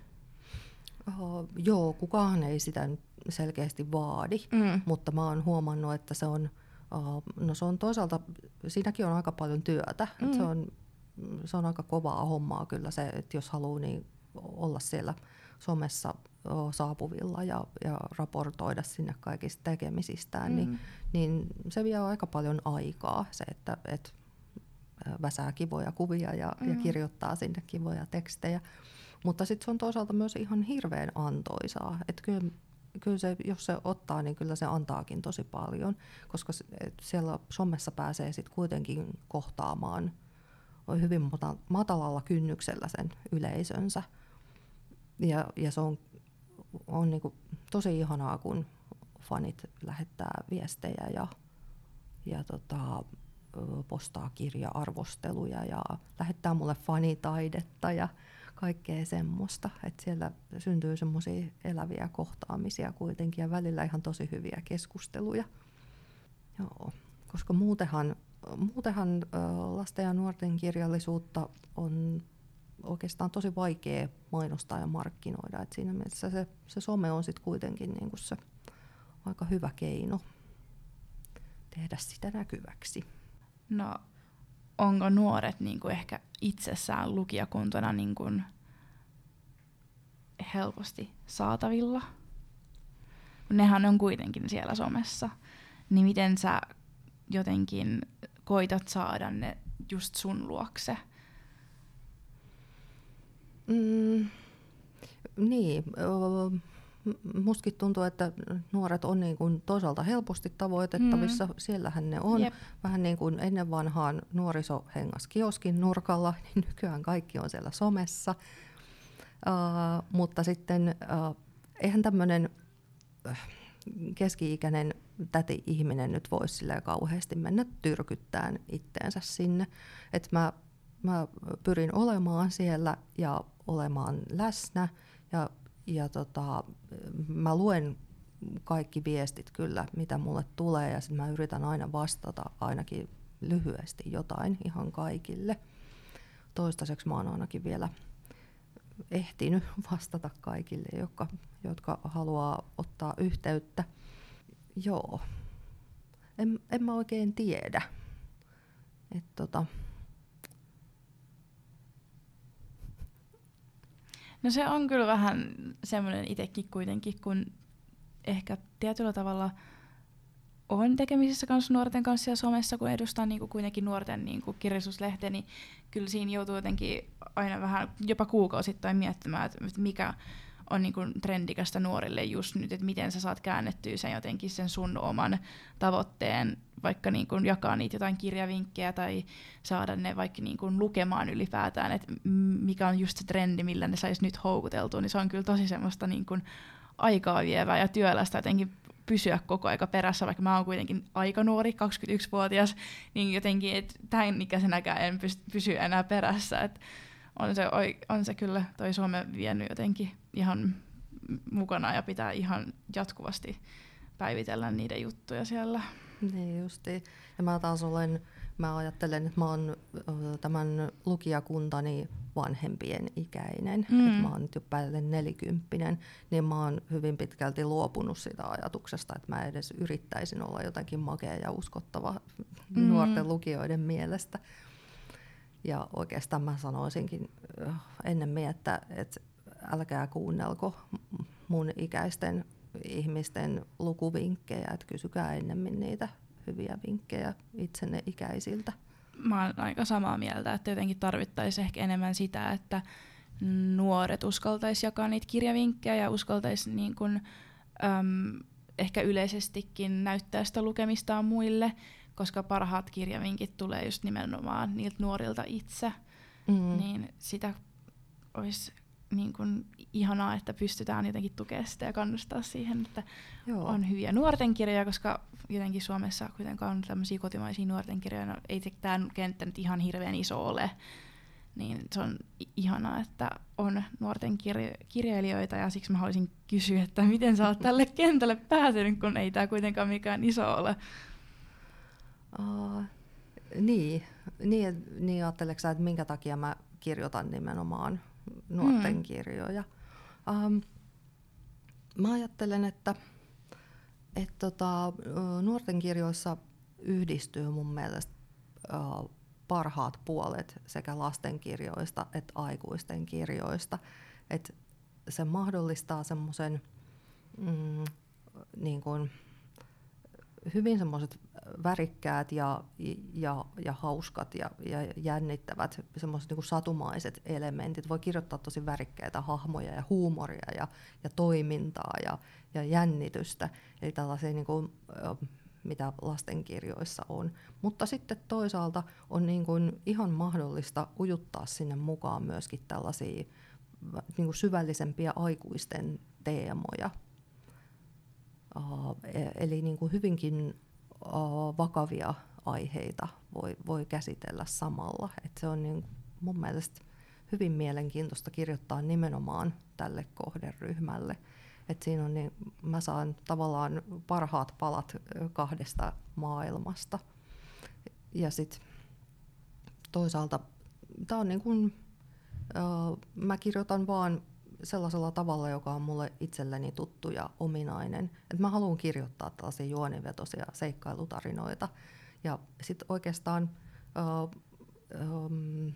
Oh, joo, kukaan ei sitä nyt selkeästi vaadi, mm. mutta mä oon huomannut, että se on, uh, no se on toisaalta, siinäkin on aika paljon työtä, mm. se, on, se on aika kovaa hommaa kyllä se, että jos haluaa niin olla siellä somessa uh, saapuvilla ja, ja raportoida sinne kaikista tekemisistään, mm. niin, niin se vie aika paljon aikaa se, että et väsää kivoja kuvia ja, mm. ja kirjoittaa sinne kivoja tekstejä. Mutta sitten se on toisaalta myös ihan hirveän antoisaa. Että kyllä, kyllä se, jos se ottaa, niin kyllä se antaakin tosi paljon, koska siellä somessa pääsee sitten kuitenkin kohtaamaan hyvin matalalla kynnyksellä sen yleisönsä. Ja, ja se on, on niinku tosi ihanaa, kun fanit lähettää viestejä ja, ja tota, postaa kirja-arvosteluja ja lähettää mulle fanitaidetta ja kaikkea semmoista, että siellä syntyy semmoisia eläviä kohtaamisia kuitenkin ja välillä ihan tosi hyviä keskusteluja. Joo, koska muutenhan, muutenhan lasten ja nuorten kirjallisuutta on oikeastaan tosi vaikea mainostaa ja markkinoida. Et siinä mielessä se, se some on sitten kuitenkin niinku se aika hyvä keino tehdä sitä näkyväksi. No, onko nuoret niinku ehkä itsessään lukijakuntona niinku helposti saatavilla? Nehän on kuitenkin siellä somessa. Niin miten sä jotenkin koitat saada ne just sun luokse? Mm, niin, mustakin tuntuu, että nuoret on niin kuin toisaalta helposti tavoitettavissa. Mm. Siellähän ne on. Jep. Vähän niin kuin ennen vanhaan nuoriso hengas kioskin nurkalla, niin nykyään kaikki on siellä somessa. Uh, mutta sitten uh, eihän tämmöinen uh, keski-ikäinen täti-ihminen nyt voisi silleen kauheasti mennä tyrkyttämään itteensä sinne. Et mä, mä pyrin olemaan siellä ja olemaan läsnä ja Ja tota, mä luen kaikki viestit kyllä, mitä mulle tulee, ja sitten mä yritän aina vastata ainakin lyhyesti jotain ihan kaikille. Toistaiseksi mä oon ainakin vielä ehtinyt vastata kaikille, jotka, jotka haluaa ottaa yhteyttä. Joo, en, en mä oikein tiedä. Et tota, No se on kyllä vähän semmoinen itsekin kuitenkin, kun ehkä tietyllä tavalla on tekemisissä kanssa nuorten kanssa ja somessa, kun edustan niin kuin kuitenkin nuorten niin kuin kirjallisuuslehteen, niin kyllä siinä joutuu jotenkin aina vähän jopa kuukausittain miettimään, että mikä on niin kuin trendikästä nuorille just nyt, että miten sä saat käännettyä sen jotenkin sen sun oman tavoitteen, vaikka niin kuin jakaa niitä jotain kirjavinkkejä tai saada ne vaikka niin kuin lukemaan ylipäätään, että mikä on just se trendi, millä ne saisi nyt houkuteltua, niin se on kyllä tosi semmoista niin kuin aikaa vievää ja työlästä jotenkin pysyä koko aika perässä, vaikka mä oon kuitenkin aika nuori, kaksikymmentäyksivuotias, niin jotenkin, että tämän ikäisenäkään en pysy enää perässä, että on se, on se kyllä toi Suome vienyt jotenkin ihan mukana ja pitää ihan jatkuvasti päivitellä niiden juttuja siellä. Niin justiin. Ja mä taas olen, mä ajattelen, että mä oon tämän lukijakuntani vanhempien ikäinen, mm. että mä oon nyt jo päälle nelikymppinen, niin mä oon hyvin pitkälti luopunut siitä ajatuksesta, että mä edes yrittäisin olla jotenkin makea ja uskottava mm. nuorten lukijoiden mielestä. Ja oikeastaan mä sanoisinkin ennemmin, että, että älkää kuunnelko mun ikäisten ihmisten lukuvinkkejä, että kysykää ennemmin niitä hyviä vinkkejä itsenne ikäisiltä. Mä oon aika samaa mieltä, että jotenkin tarvittaisiin ehkä enemmän sitä, että nuoret uskaltaisi jakaa niitä kirjavinkkejä ja uskaltaisi niin kun, äm, ehkä yleisestikin näyttää sitä lukemistaan muille, koska parhaat kirjavinkit tulee just nimenomaan niiltä nuorilta itse, mm. niin sitä olisi niin kun ihanaa, että pystytään jotenkin tukemaan sitä ja kannustaa siihen, että Joo. on hyviä nuorten kirjoja, koska jotenkin Suomessa kuitenkaan on tämmöisiä kotimaisia nuorten kirjoja, no ei tämä kenttä nyt ihan hirveän iso ole, niin se on ihanaa, että on nuorten kirja- kirjailijoita ja siksi mä haluaisin kysyä, että miten sä oot tälle kentälle päätynyt, kun ei tämä kuitenkaan mikään iso ole. Uh, niin, niin, niin ajatteleeko sä, että minkä takia mä kirjoitan nimenomaan nuorten mm. kirjoja? Um, mä ajattelen, että et tota, nuorten kirjoissa yhdistyy mun mielestä uh, parhaat puolet sekä lastenkirjoista että aikuisten kirjoista. Et se mahdollistaa semmoisen mm, niin kuin hyvin semmoiset värikkäät ja, ja, ja hauskat ja, ja jännittävät semmoiset niin satumaiset elementit. Voi kirjoittaa tosi värikkäitä hahmoja ja huumoria ja, ja toimintaa ja, ja jännitystä. Eli tällaisia, niin kuin, mitä lastenkirjoissa on. Mutta sitten toisaalta on niin kuin ihan mahdollista ujuttaa sinne mukaan myöskin tällaisia niin kuin syvällisempiä aikuisten teemoja. Uh, eli niin kuin hyvinkin uh, vakavia aiheita voi, voi käsitellä samalla. Et se on niin, mun mielestä hyvin mielenkiintoista kirjoittaa nimenomaan tälle kohderyhmälle. Et siinä on niin, mä saan tavallaan parhaat palat kahdesta maailmasta. Ja sit toisaalta tää on niin kuin, uh, mä kirjoitan vaan sellaisella tavalla, joka on mulle itselleni tuttu ja ominainen. Et mä haluan kirjoittaa tällaisia juonivetoisia seikkailutarinoita. Ja sit oikeastaan uh, um,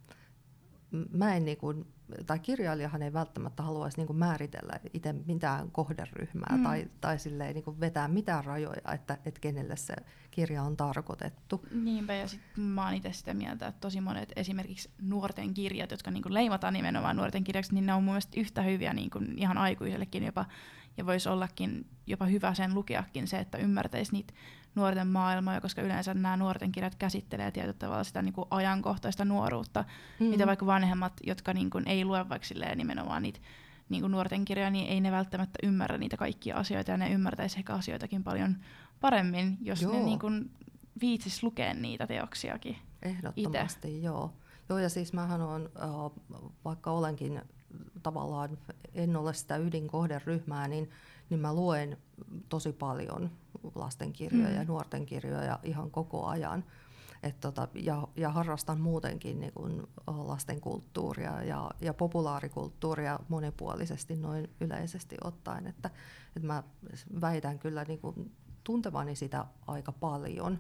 mä en niinku, tai kirjailijahan ei välttämättä haluaisi niinku määritellä itse mitään kohderyhmää mm. tai, tai silleen niinku vetää mitään rajoja, että et kenelle se kirja on tarkoitettu. Niinpä, ja sit mä oon itse sitä mieltä, että tosi monet esimerkiksi nuorten kirjat, jotka niinku leimataan nimenomaan nuorten kirjaksi, niin ne on mun mielestä yhtä hyviä niinku ihan aikuisellekin jopa, ja voisi ollakin jopa hyvä sen lukeakin se, että ymmärtäisi niitä nuorten maailmaa, koska yleensä nämä nuorten kirjat käsittelee tietyllä tavalla sitä niin kuin ajankohtaista nuoruutta, mm. mitä vaikka vanhemmat, jotka niin kuin ei lue vaikka nimenomaan niitä niin kuin nuorten kirjoja, niin ei ne välttämättä ymmärrä niitä kaikkia asioita, ja ne ymmärtäisi ehkä asioitakin paljon paremmin, jos Joo. ne niin kuin viitsis lukea niitä teoksiakin. Ehdottomasti, ite. joo. Joo, ja siis mähän on, vaikka olenkin tavallaan, en ole sitä ydinkohderyhmää, niin, niin mä luen tosi paljon lastenkirjoja mm. ja nuorten kirjoja ihan koko ajan. Et tota, ja, ja harrastan muutenkin niin kun lastenkulttuuria ja, ja populaarikulttuuria monipuolisesti noin yleisesti ottaen. Että, et mä väitän kyllä niin kun tuntevani sitä aika paljon.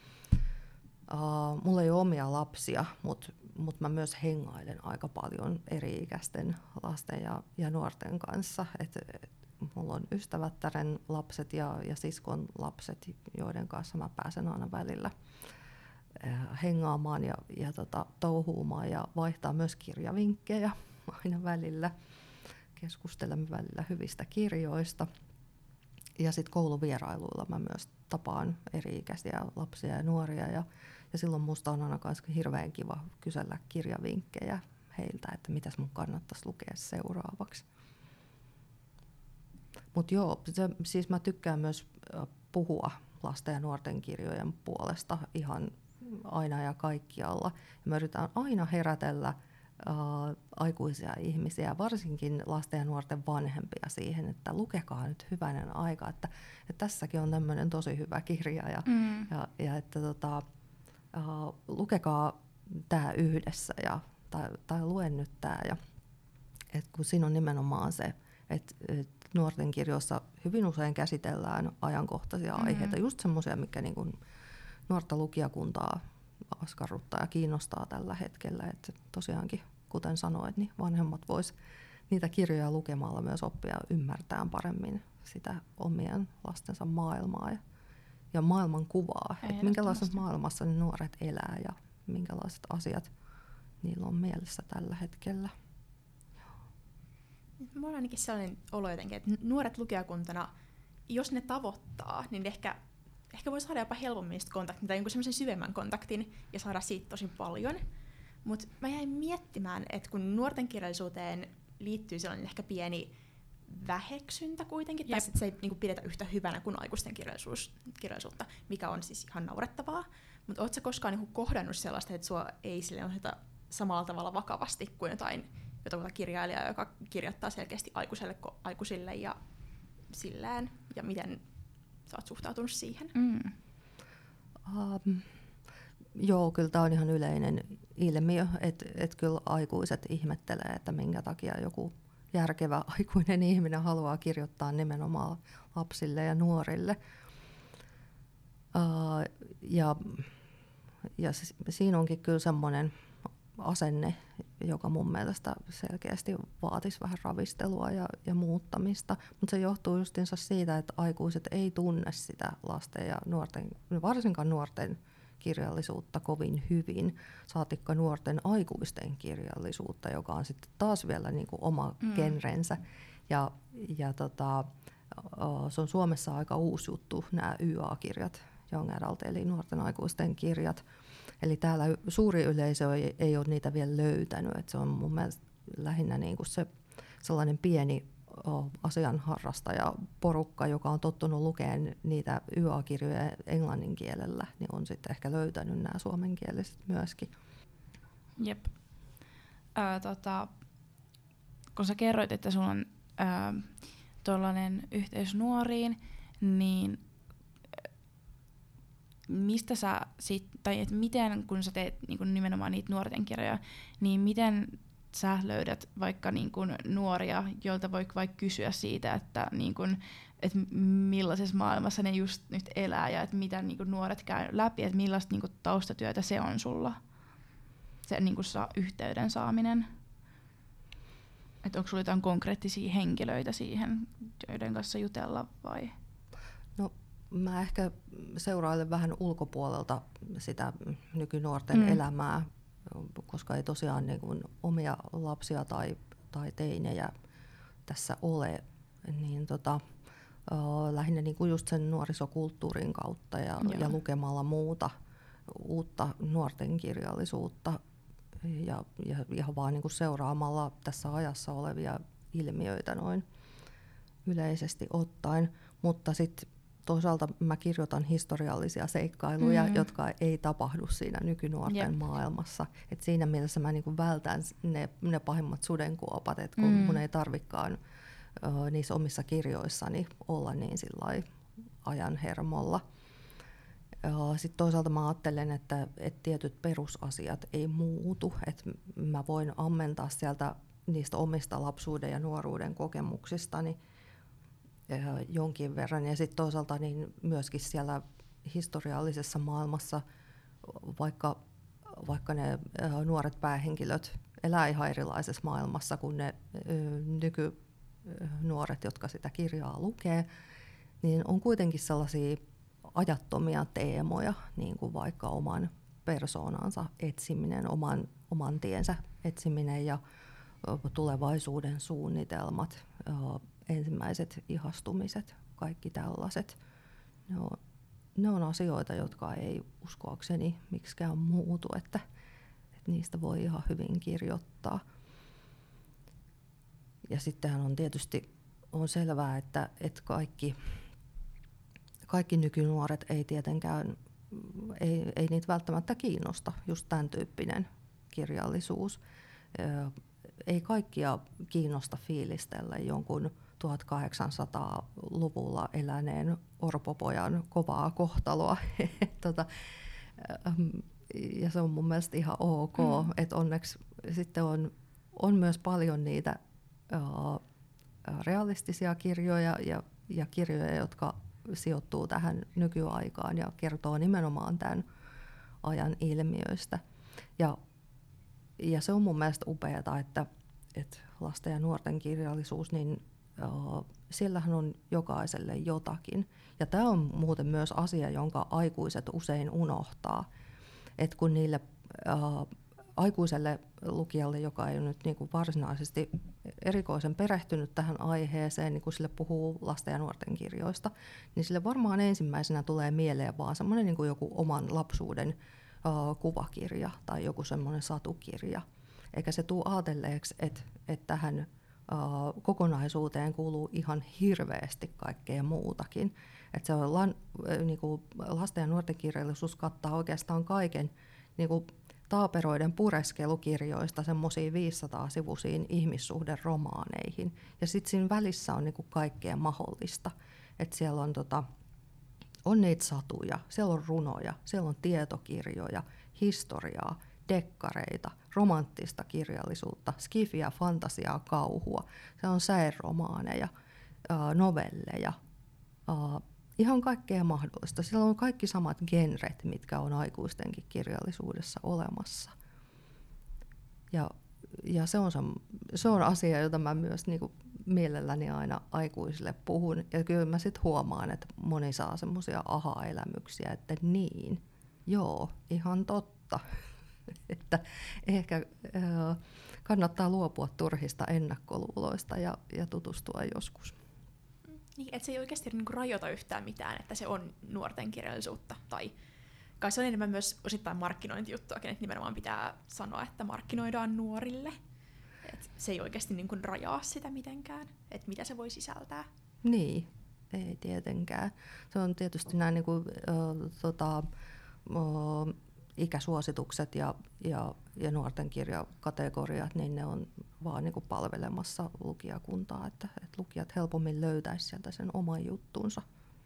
Uh, mulla ei ole omia lapsia, mutta mut mä myös hengailen aika paljon eri-ikäisten lasten ja, ja nuorten kanssa. Et, et, mulla on ystävättären lapset ja, ja siskon lapset, joiden kanssa mä pääsen aina välillä äh, hengaamaan ja, ja tota, touhuumaan ja vaihtaa myös kirjavinkkejä aina välillä keskustelemme välillä hyvistä kirjoista. Ja sitten kouluvierailuilla mä myös tapaan eri-ikäisiä lapsia ja nuoria. Ja, ja silloin musta on aina myös hirveän kiva kysellä kirjavinkkejä heiltä, että mitäs mun kannattaisi lukea seuraavaksi. Mutta joo, se, siis mä tykkään myös puhua lasten ja nuorten kirjojen puolesta ihan aina ja kaikkialla. Ja mä yritän aina herätellä Uh, aikuisia ihmisiä, varsinkin lasten ja nuorten vanhempia siihen, että lukekaa nyt hyvänen aika, että, että tässäkin on tämmöinen tosi hyvä kirja ja, mm. ja, ja että tota, uh, lukekaa tämä yhdessä ja, tai, tai luen nyt tämä. Ja, et kun siinä on nimenomaan se, että et nuorten kirjoissa hyvin usein käsitellään ajankohtaisia mm. aiheita, just semmoisia, mikä niin kuin nuorta lukijakuntaa askarruttaa ja kiinnostaa tällä hetkellä. Että tosiaankin, kuten sanoit, niin vanhemmat vois niitä kirjoja lukemalla myös oppia ymmärtämään paremmin sitä omien lastensa maailmaa ja, ja maailman kuvaa. Että minkälaisessa maailmassa ne nuoret elää ja minkälaiset asiat niillä on mielessä tällä hetkellä. Mulla on ainakin sellainen olo jotenkin, että nuoret lukijakuntana, jos ne tavoittaa, niin ehkä Ehkä voi saada jopa helpommin kontaktin tai jonkun semmoisen syvemmän kontaktin ja saada siitä tosi paljon. Mutta mä jäin miettimään, että kun nuorten kirjallisuuteen liittyy sellainen ehkä pieni väheksyntä kuitenkin, tai että se ei niinku pidetä yhtä hyvänä kuin aikuisten kirjallisuus, kirjallisuutta, mikä on siis ihan naurettavaa. Mutta ootko sä koskaan niinku kohdannut sellaista, että sua ei sille oteta samalla tavalla vakavasti kuin jotain, jotain kirjailijaa, joka kirjoittaa selkeästi aikuiselle, aikuisille ja sillään, ja miten sä oot suhtautunut siihen? Mm. Um, joo, kyllä tämä on ihan yleinen ilmiö, että et kyllä aikuiset ihmettelee, että minkä takia joku järkevä aikuinen ihminen haluaa kirjoittaa nimenomaan lapsille ja nuorille. Uh, ja ja se, siinä onkin kyllä semmoinen asenne, joka mun mielestä selkeästi vaatisi vähän ravistelua ja, ja muuttamista, mutta se johtuu justiinsa siitä, että aikuiset ei tunne sitä lasten ja nuorten, varsinkaan nuorten kirjallisuutta kovin hyvin, saatikka nuorten aikuisten kirjallisuutta, joka on sitten taas vielä niin kuin oma mm. genrensä. Ja, ja tota, se on Suomessa aika uusi juttu, nämä Y A-kirjat, Young Adult, eli nuorten aikuisten kirjat. Eli täällä suuri yleisö ei, ei ole niitä vielä löytänyt. Et se on mun mielestä lähinnä niinku se sellainen pieni o, asianharrastajaporukka, joka on tottunut lukemaan niitä Y A-kirjoja englannin kielellä, niin on sitten ehkä löytänyt nämä suomenkieliset myöskin. Jep. Ö, tota, kun sä kerroit, että sulla on ö, tuollainen yhteys nuoriin, niin mistä sä sit, tai et miten, kun sä teet niin kun nimenomaan niitä nuorten kirjoja, niin miten sä löydät vaikka niin kun nuoria, joilta voi vaikka kysyä siitä, että niin kun, et millaisessa maailmassa ne just nyt elää ja että mitä niin kun nuoret käy läpi, että millaista niin kun taustatyötä se on sulla, se niin kun saa yhteyden saaminen. Että onko sulla jotain konkreettisia henkilöitä siihen, joiden kanssa jutella vai? No, mä ehkä seurailen vähän ulkopuolelta sitä nykynuorten mm. elämää, koska ei tosiaan niin kuin omia lapsia tai, tai teinejä tässä ole, niin tota, äh, lähinnä niin kuin just sen nuorisokulttuurin kautta ja, ja lukemalla muuta uutta nuorten kirjallisuutta ja, ja ihan vaan niin kuin seuraamalla tässä ajassa olevia ilmiöitä noin yleisesti ottaen, mutta sitten toisaalta mä kirjoitan historiallisia seikkailuja, mm-hmm. jotka ei tapahdu siinä nykynuorten Jep. maailmassa. Et siinä mielessä mä niinku vältän ne, ne pahimmat sudenkuopat, et kun mm-hmm. mun ei tarvikaan ö, niissä omissa kirjoissani olla niin sillai ajan hermolla. Sitten toisaalta mä ajattelen, että, että tietyt perusasiat ei muutu. Et mä voin ammentaa sieltä niistä omista lapsuuden ja nuoruuden kokemuksistani jonkin verran. Ja sitten toisaalta niin myöskin siellä historiallisessa maailmassa, vaikka, vaikka ne nuoret päähenkilöt elää ihan erilaisessa maailmassa kuin ne nykynuoret, jotka sitä kirjaa lukee, niin on kuitenkin sellaisia ajattomia teemoja, niin kuin vaikka oman persoonansa etsiminen, oman, oman tiensä etsiminen ja tulevaisuuden suunnitelmat, ensimmäiset ihastumiset, kaikki tällaiset. Ne on, ne on asioita, jotka ei uskoakseni miksikään muutu, että, että niistä voi ihan hyvin kirjoittaa. Ja sittenhän on tietysti on selvää, että, että kaikki, kaikki nykynuoret ei tietenkään, ei, ei niitä välttämättä kiinnosta, just tämän tyyppinen kirjallisuus. Ei kaikkia kiinnosta fiilistellä jonkun tuhatkahdeksansataaluvulla eläneen orpopojan kovaa kohtaloa. tota, ja se on mun mielestä ihan ok, mm. että onneksi sitten on, on myös paljon niitä uh, realistisia kirjoja ja, ja kirjoja, jotka sijoittuu tähän nykyaikaan ja kertoo nimenomaan tämän ajan ilmiöistä. Ja, ja se on mun mielestä upeata, että, että lasten ja nuorten kirjallisuus, niin uh, siellähän on jokaiselle jotakin. Ja tämä on muuten myös asia, jonka aikuiset usein unohtaa, että kun niille uh, aikuiselle lukijalle, joka ei ole nyt niin kuin varsinaisesti erikoisen perehtynyt tähän aiheeseen, niin kun sille puhuu lasten ja nuorten kirjoista, niin sille varmaan ensimmäisenä tulee mieleen vaan semmoinen niin kuin joku oman lapsuuden uh, kuvakirja tai joku semmoinen satukirja. Eikä se tule ajatelleeksi, että, että tähän uh, kokonaisuuteen kuuluu ihan hirveästi kaikkea muutakin. Että se on lan, niin kuin lasten ja nuorten kirjallisuus kattaa oikeastaan kaiken niin kuin taaperoiden pureskelukirjoista semmoisiin viisisataa-sivuisiin ihmissuhderomaaneihin. Ja sitten siinä välissä on niinku kaikkea mahdollista. Et siellä on, tota, on niitä satuja, siellä on runoja, siellä on tietokirjoja, historiaa, dekkareita, romanttista kirjallisuutta, skifiä, fantasiaa, kauhua. Siellä on säeromaaneja, novelleja, ihan kaikkea mahdollista. Siellä on kaikki samat genret, mitkä on aikuistenkin kirjallisuudessa olemassa. Ja, ja se, on se, se on asia, jota mä myös niinku mielelläni aina aikuisille puhun. Ja kyllä mä sitten huomaan, että moni saa semmoisia aha-elämyksiä, että niin, joo, ihan totta. Että ehkä äh, kannattaa luopua turhista ennakkoluuloista ja, ja tutustua joskus. Niin, että se ei oikeasti niinku rajoita yhtään mitään, että se on nuorten kirjallisuutta. Tai kai se on enemmän myös osittain markkinointijuttuakin, että nimenomaan pitää sanoa, että markkinoidaan nuorille. Et se ei oikeasti niinku rajaa sitä mitenkään, että mitä se voi sisältää. Niin, ei tietenkään. Se on tietysti nämä niinku, äh, tota, äh, ikäsuositukset ja, ja, ja nuorten kirjakategoriat, niin ne on vaan niin kuin palvelemassa lukijakuntaa, että, että lukijat helpommin löytäisi sieltä sen oman juttunsa.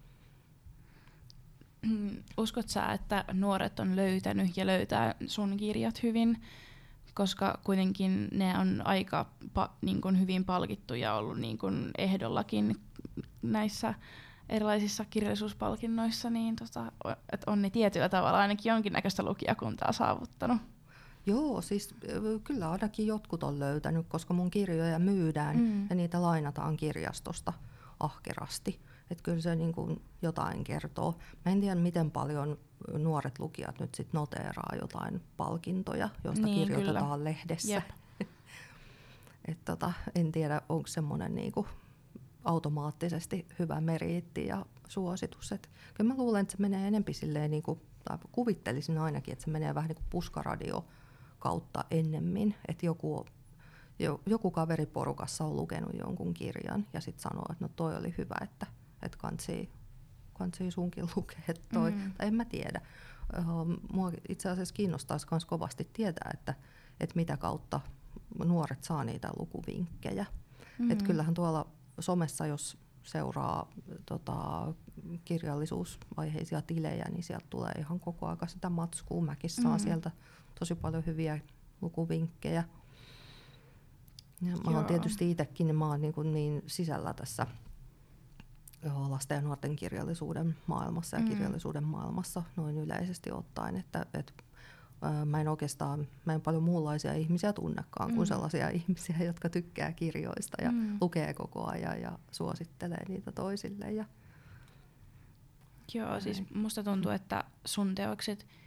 Uskot sä, että nuoret on löytänyt ja löytää sun kirjat hyvin, koska kuitenkin ne on aika pa- niin kuin hyvin palkittu ja ollut niin kuin ehdollakin näissä erilaisissa kirjallisuuspalkinnoissa, niin tota, että on ne tietyllä tavalla ainakin jonkinnäköistä lukijakuntaa saavuttanut. Joo, siis kyllä ainakin jotkut on löytänyt, koska mun kirjoja myydään mm. ja niitä lainataan kirjastosta ahkerasti. Että kyllä se niin kuin jotain kertoo. Mä en tiedä, miten paljon nuoret lukijat nyt sit noteeraa jotain palkintoja, joista niin, kirjoitetaan kyllä. lehdessä. Et tota, en tiedä, onko semmoinen niinku automaattisesti hyvä meriitti ja suositus. Et kyllä mä luulen, että se menee enempi silleen, niinku, tai kuvittelisin ainakin, että se menee vähän niin kuin puskaradio kautta ennemmin. Että joku, joku kaveri porukassa on lukenut jonkun kirjan ja sitten sanoo, että no toi oli hyvä, että et kantsii, kantsii sunkin lukea toi. Mm. Tai en mä tiedä. Mua itse asiassa kiinnostaisi myös kovasti tietää, että, että mitä kautta nuoret saa niitä lukuvinkkejä. Mm. Et kyllähän tuolla somessa, jos seuraa tota, kirjallisuusaiheisia tilejä, niin sieltä tulee ihan koko ajan sitä matskua. Mäkin saan mm. sieltä tosi paljon hyviä lukuvinkkejä. Ja mä oon tietysti itsekin, niin mä oon niin, niin sisällä tässä lasten ja nuorten kirjallisuuden maailmassa ja mm. kirjallisuuden maailmassa noin yleisesti ottaen, että et, ää, mä en oikeastaan, mä en paljon muunlaisia ihmisiä tunnekaan mm. kuin sellaisia ihmisiä, jotka tykkää kirjoista ja mm. lukee koko ajan ja suosittelee niitä toisille. Ja Joo, siis musta tuntuu, että sun teokset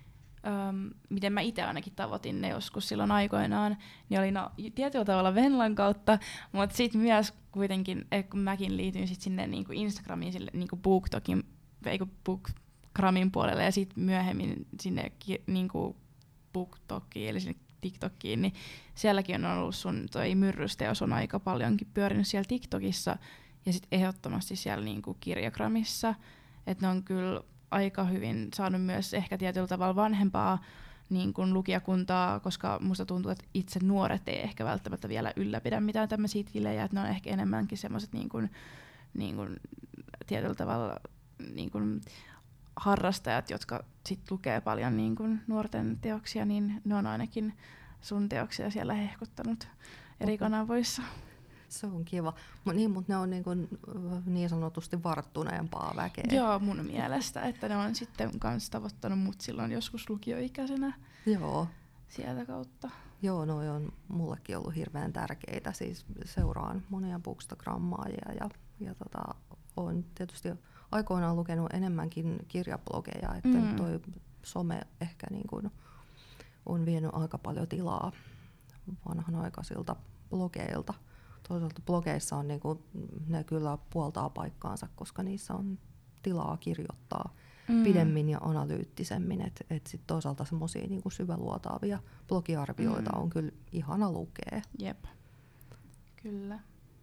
äm, miten mä itse ainakin tavoitin ne joskus silloin aikoinaan, niin oli no tietyllä tavalla Venlan kautta, mutta sitten myös kuitenkin, kun mäkin liityin sit sinne niinku Instagramiin, sille niinku BookTokin, eiku BookGramin puolelle ja sitten myöhemmin sinne ki, niinku BookTokiin, eli sinne TikTokiin, niin sielläkin on ollut sun toi myrrysteos on aika paljonkin pyörinyt siellä TikTokissa ja sitten ehdottomasti siellä niinku Kirjagramissa, että ne on kyllä aika hyvin saanut myös ehkä tietyllä tavalla vanhempaa niin kuin lukijakuntaa, koska musta tuntuu, että itse nuoret ei ehkä välttämättä vielä ylläpidä mitään tämmöisiä tilejä, että ne on ehkä enemmänkin semmoiset niin kuin, niin kuin tietyllä tavalla niin kuin harrastajat, jotka sit lukee paljon niin kuin nuorten teoksia, niin ne on ainakin sun teoksia siellä hehkuttanut eri kanavoissa. Se on kiva. Mut niin, mutta ne on niin, kuin, niin sanotusti varttuneempaa väkeä. Joo, mun mielestä, että ne on sitten kans tavoittanut mut silloin joskus lukioikäisenä. Joo. Sieltä kautta. Joo, noi on mullekin ollut hirveän tärkeitä. Siis seuraan monia bookstagrammaajia ja, ja tota, olen tietysti aikoinaan lukenut enemmänkin kirjablogeja, että mm. toi some ehkä niin kuin on vienyt aika paljon tilaa vanhanaikaisilta blogeilta. Toisaalta blogeissa on niinku, ne kyllä puoltaa paikkaansa, koska niissä on tilaa kirjoittaa mm. pidemmin ja analyyttisemmin. Et, et sit toisaalta semmoisia niinku syväluotaavia blogiarvioita mm. on kyllä ihana lukea. Jep, kyllä.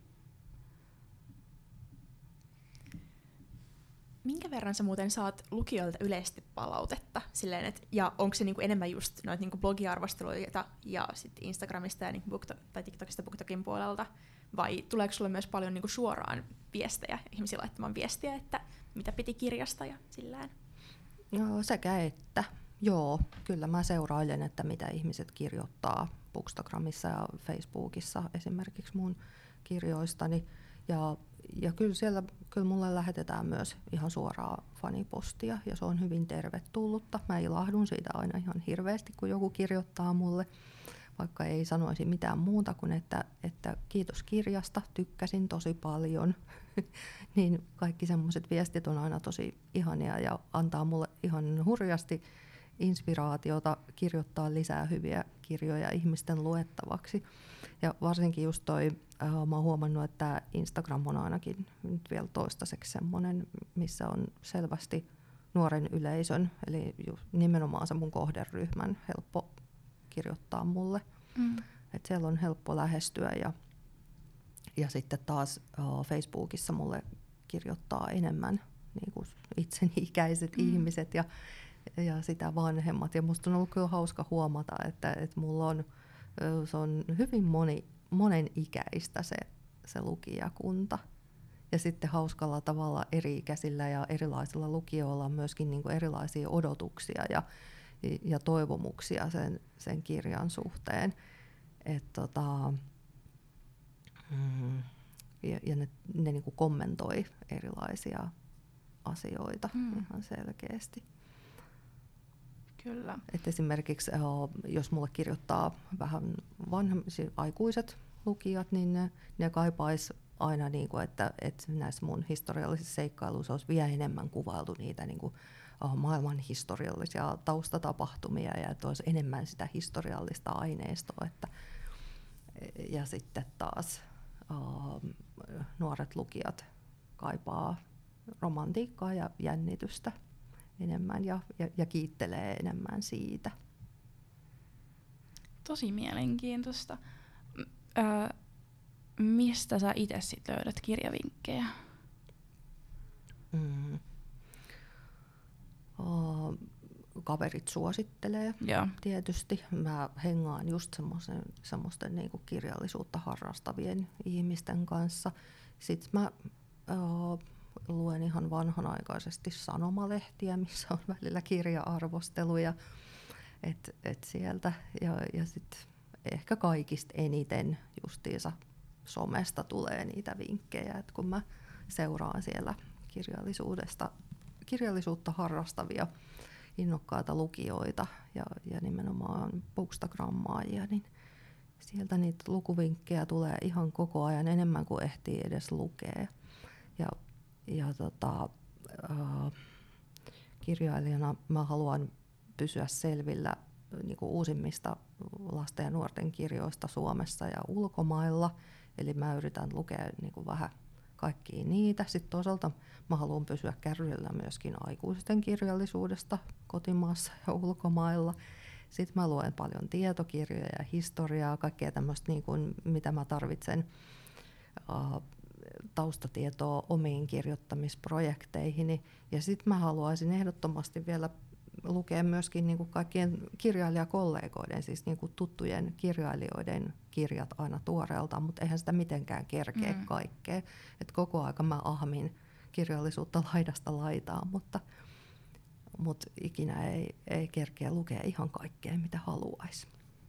Minkä verran sä muuten saat lukijoilta yleisesti palautetta? Silleen, et, ja onko se niinku enemmän just noita niinku blogiarvosteluita ja sit Instagramista ja niinku BookTok, tai TikTokista BookTokin puolelta? Vai tuleeko sulle myös paljon niinku suoraan viestejä, ihmisiä laittamaan viestiä, että mitä piti kirjasta ja sillään? No, sekä että. Joo, kyllä mä seurailen, että mitä ihmiset kirjoittaa Bookstagramissa ja Facebookissa esimerkiksi mun kirjoistani. Ja, ja kyllä siellä kyllä mulle lähetetään myös ihan suoraa fanipostia ja se on hyvin tervetullutta. Mä ilahdun siitä aina ihan hirveästi, kun joku kirjoittaa mulle, vaikka ei sanoisi mitään muuta kuin, että, että kiitos kirjasta, tykkäsin tosi paljon. Niin kaikki semmoiset viestit on aina tosi ihania ja antaa mulle ihan hurjasti inspiraatiota kirjoittaa lisää hyviä kirjoja ihmisten luettavaksi. Ja varsinkin just toi, äh, mä oon huomannut, että Instagram on ainakin nyt vielä toistaiseksi semmoinen, missä on selvästi nuoren yleisön, eli nimenomaan se mun kohderyhmän helppo kirjoittaa mulle. Mm. Et siellä on helppo lähestyä ja, ja sitten taas uh, Facebookissa mulle kirjoittaa enemmän niin kuin itseni ikäiset mm. ihmiset ja, ja sitä vanhemmat. Ja musta on ollut kyllä hauska huomata, että, että mulla on, se on hyvin moni, monen ikäistä se, se lukijakunta. Ja sitten hauskalla tavalla eri-ikäisillä ja erilaisilla lukijoilla on myöskin niin kuin erilaisia odotuksia ja ja toivomuksia sen, sen kirjan suhteen. Et tota, mm, ja, ja ne, ne niinku kommentoi erilaisia asioita mm. ihan selkeästi. Kyllä. Et esimerkiksi jos mulle kirjoittaa vähän vanhemmat aikuiset lukijat, niin ne, ne kaipais aina, niinku, että, että näissä mun historiallisissa seikkailuissa olisi vielä enemmän kuvailtu niitä niinku, maailman historiallisia taustatapahtumia ja että olisi enemmän sitä historiallista aineistoa. Että, ja sitten taas uh, nuoret lukijat kaipaa romantiikkaa ja jännitystä enemmän ja, ja, ja kiittelee enemmän siitä. Tosi mielenkiintoista. Ö, mistä sä itse sit löydät kirjavinkkejä? Mm. Uh, kaverit suosittelee Joo. tietysti. Mä hengaan just semmoisten niinku kirjallisuutta harrastavien ihmisten kanssa. Sitten mä uh, luen ihan vanhanaikaisesti sanomalehtiä, missä on välillä kirja-arvosteluja. Et, et sieltä. Ja, ja sitten ehkä kaikista eniten justiinsa somesta tulee niitä vinkkejä, että kun mä seuraan siellä kirjallisuudesta kirjallisuutta harrastavia innokkaita lukijoita ja, ja nimenomaan bookstagrammaajia, niin sieltä niitä lukuvinkkejä tulee ihan koko ajan enemmän kuin ehtii edes lukea. Ja, ja tota, äh, kirjailijana mä haluan pysyä selvillä niin kuin uusimmista lasten ja nuorten kirjoista Suomessa ja ulkomailla. Eli mä yritän lukea niin kuin vähän kaikkia niitä. Sitten toisaalta mä haluan pysyä kärryillä myöskin aikuisten kirjallisuudesta kotimaassa ja ulkomailla. Sitten mä luen paljon tietokirjoja ja historiaa, kaikkea tämmöistä, niin kuin, mitä mä tarvitsen uh, taustatietoa omiin kirjoittamisprojekteihin. Ja sitten mä haluaisin ehdottomasti vielä lukea myöskin niin kuin kaikkien kirjailijakollegoiden, siis niin kuin tuttujen kirjailijoiden kirjat aina tuoreeltaan, mutta eihän sitä mitenkään kerkeä mm. kaikkea. Et koko aika mä ahmin kirjallisuutta laidasta laitaan, mutta, mutta ikinä ei, ei kerkeä lukea ihan kaikkea, mitä haluaisi.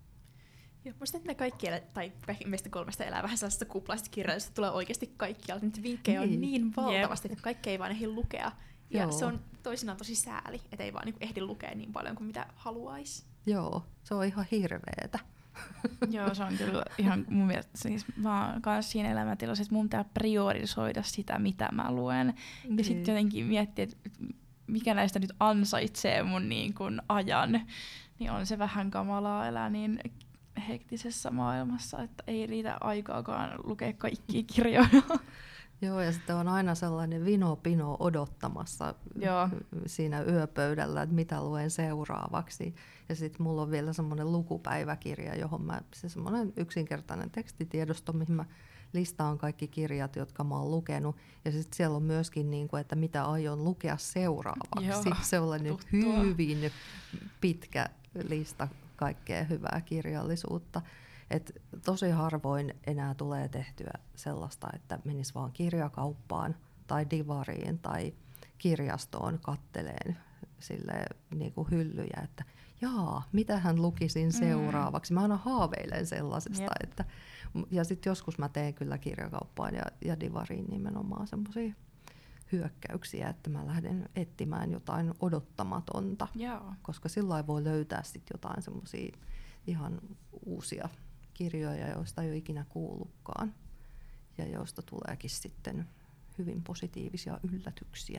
Joo, musta ne kaikki, elä, tai meistä kolmesta elää vähän sellaista kuplaista kirjallisuutta, tulee oikeasti kaikkialta. Nyt vinkkejä niin. on niin valtavasti, että kaikki ei vaan ehdi lukea. Ja Joo. se on toisinaan tosi sääli, että ei vaan niin ehdi lukea niin paljon kuin mitä haluaisi. Joo, se on ihan hirveetä. Joo, se on kyllä ihan mun mielestä, siis mä oon kanssa siinä elämäntilassa, että mun pitää priorisoida sitä, mitä mä luen. Niin. Ja sitten jotenkin miettiä, että mikä näistä nyt ansaitsee mun niin kun ajan. Niin on se vähän kamalaa elää niin hektisessä maailmassa, että ei riitä aikaakaan lukea kaikkia kirjoja. Joo, ja sitten on aina sellainen vino-pino odottamassa Joo. siinä yöpöydällä, että mitä luen seuraavaksi. Ja sitten mulla on vielä semmoinen lukupäiväkirja, johon mä, se semmoinen yksinkertainen tekstitiedosto, mihin mä listaan kaikki kirjat, jotka mä oon lukenut. Ja sitten siellä on myöskin, niin kuin, että mitä aion lukea seuraavaksi. Joo, se on nyt hyvin pitkä lista kaikkea hyvää kirjallisuutta. Et tosi harvoin enää tulee tehtyä sellaista, että menisi vaan kirjakauppaan tai divariin tai kirjastoon katteleen silleen, niin kuin hyllyjä, että jaa, mitähän lukisin seuraavaksi. Mä aina haaveilen sellaisesta. Yep. Että, ja sitten joskus mä teen kyllä kirjakauppaan ja, ja divariin nimenomaan semmoisia hyökkäyksiä, että mä lähden etsimään jotain odottamatonta, Joo. koska silloin voi löytää sit jotain semmoisia ihan uusia kirjoja, joista ei ole ikinä kuullutkaan ja joista tuleekin sitten hyvin positiivisia yllätyksiä.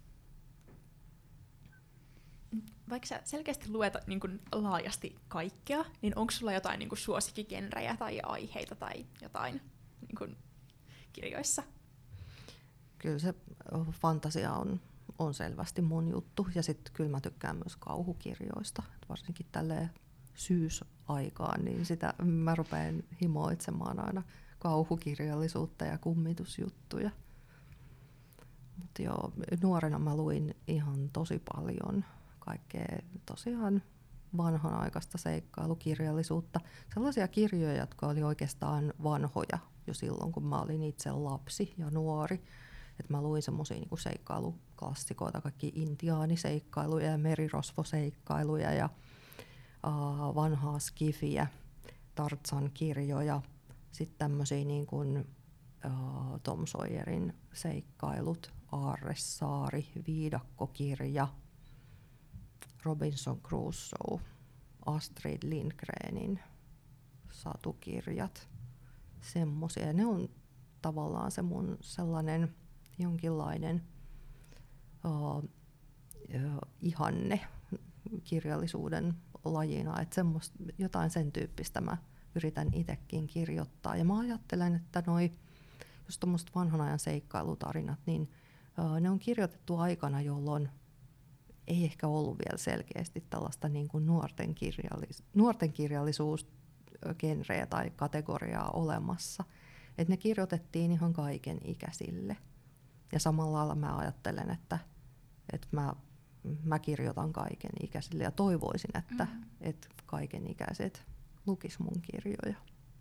Vaikka sä selkeästi luet niin kuin laajasti kaikkea, niin onko sulla jotain niin kuin suosikkigenrejä tai aiheita tai jotain niin kuin kirjoissa? Kyllä se fantasia on, on selvästi mun juttu ja sitten kyllä mä tykkään myös kauhukirjoista, varsinkin tälleen syysaikaan, niin sitä mä rupean himoitsemaan aina kauhukirjallisuutta ja kummitusjuttuja. Mutta joo, nuorena mä luin ihan tosi paljon kaikkea tosiaan vanhanaikaista seikkailukirjallisuutta. Sellaisia kirjoja, jotka oli oikeastaan vanhoja jo silloin, kun mä olin itse lapsi ja nuori. Et mä luin semmosia niinku seikkailuklassikoita, kaikki intiaaniseikkailuja ja merirosvoseikkailuja ja Uh, vanhaa skifiä, Tarzan kirjoja, sitten tämmöisiä niin kuin uh, Tom Sawyerin seikkailut, Aarresaari, Viidakkokirja, Robinson Crusoe, Astrid Lindgrenin satukirjat, semmoisia. Ne on tavallaan se mun sellainen jonkinlainen uh, uh, ihanne kirjallisuuden lajina, että semmoista, jotain sen tyyppistä mä yritän itsekin kirjoittaa. Ja mä ajattelen, että noi, just tommoset vanhan ajan seikkailutarinat, niin uh, ne on kirjoitettu aikana, jolloin ei ehkä ollut vielä selkeästi tällaista niin kuin nuorten, kirjallis- nuorten kirjallisuusgenreä tai kategoriaa olemassa. Et ne kirjoitettiin ihan kaiken ikäisille. Ja samalla lailla mä ajattelen, että, että mä Mä kirjoitan kaiken ikäisille ja toivoisin, että mm-hmm. et kaiken ikäiset lukis mun kirjoja.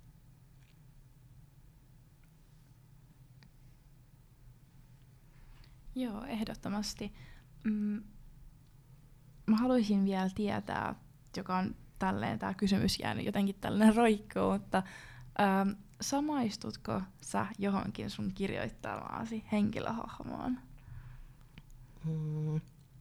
Joo, ehdottomasti. Mm, mä haluaisin vielä tietää, joka on tälleen, tämä kysymys jäänyt jotenkin tällainen roikkoon, mutta ähm, samaistutko sä johonkin sun kirjoittamaasi henkilöhahmoon? Hmm.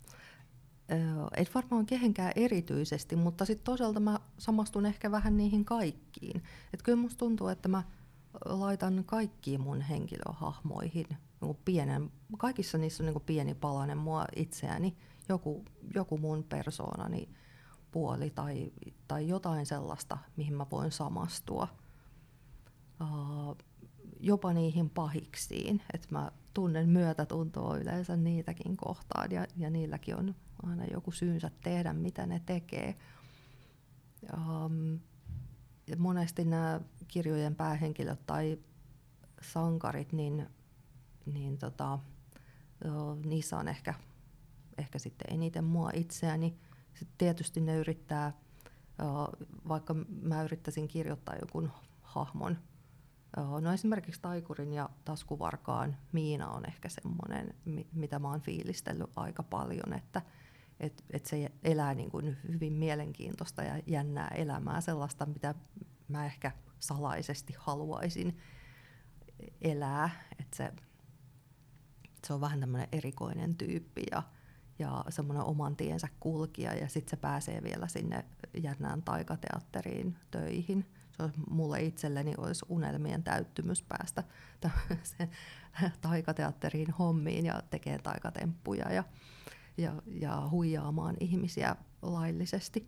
Et varmaan kehenkään erityisesti, mutta sitten toisaalta mä samastun ehkä vähän niihin kaikkiin. Et kyllä musta tuntuu, että mä laitan kaikkiin mun henkilöhahmoihin niin pienen, kaikissa niissä on niin pieni palanen mua itseäni, joku, joku mun persoonani puoli tai, tai jotain sellaista, mihin mä voin samastua. Uh, jopa niihin pahiksiin, että mä tunnen myötätuntoa yleensä niitäkin kohtaan ja, ja niilläkin on aina joku syynsä tehdä, mitä ne tekee. Um, ja monesti nämä kirjojen päähenkilöt tai sankarit, niin, niin tota, uh, niissä on ehkä, ehkä sitten eniten mua itseäni. Sitten tietysti ne yrittää, uh, vaikka mä yrittäisin kirjoittaa jonkun hahmon. No esimerkiksi Taikurin ja Taskuvarkaan Miina on ehkä semmoinen, mitä mä oon fiilistellyt aika paljon, että et, et se elää niin kuin hyvin mielenkiintoista ja jännää elämää, sellaista, mitä mä ehkä salaisesti haluaisin elää. Et se, se on vähän tämmöinen erikoinen tyyppi ja, ja semmoinen oman tiensä kulkija, ja sitten se pääsee vielä sinne jännään taikateatteriin töihin. Se olisi, mulle itselleni olisi unelmien täyttymys päästä taikateatteriin hommiin ja tekee taikatemppuja ja, ja, ja huijaamaan ihmisiä laillisesti.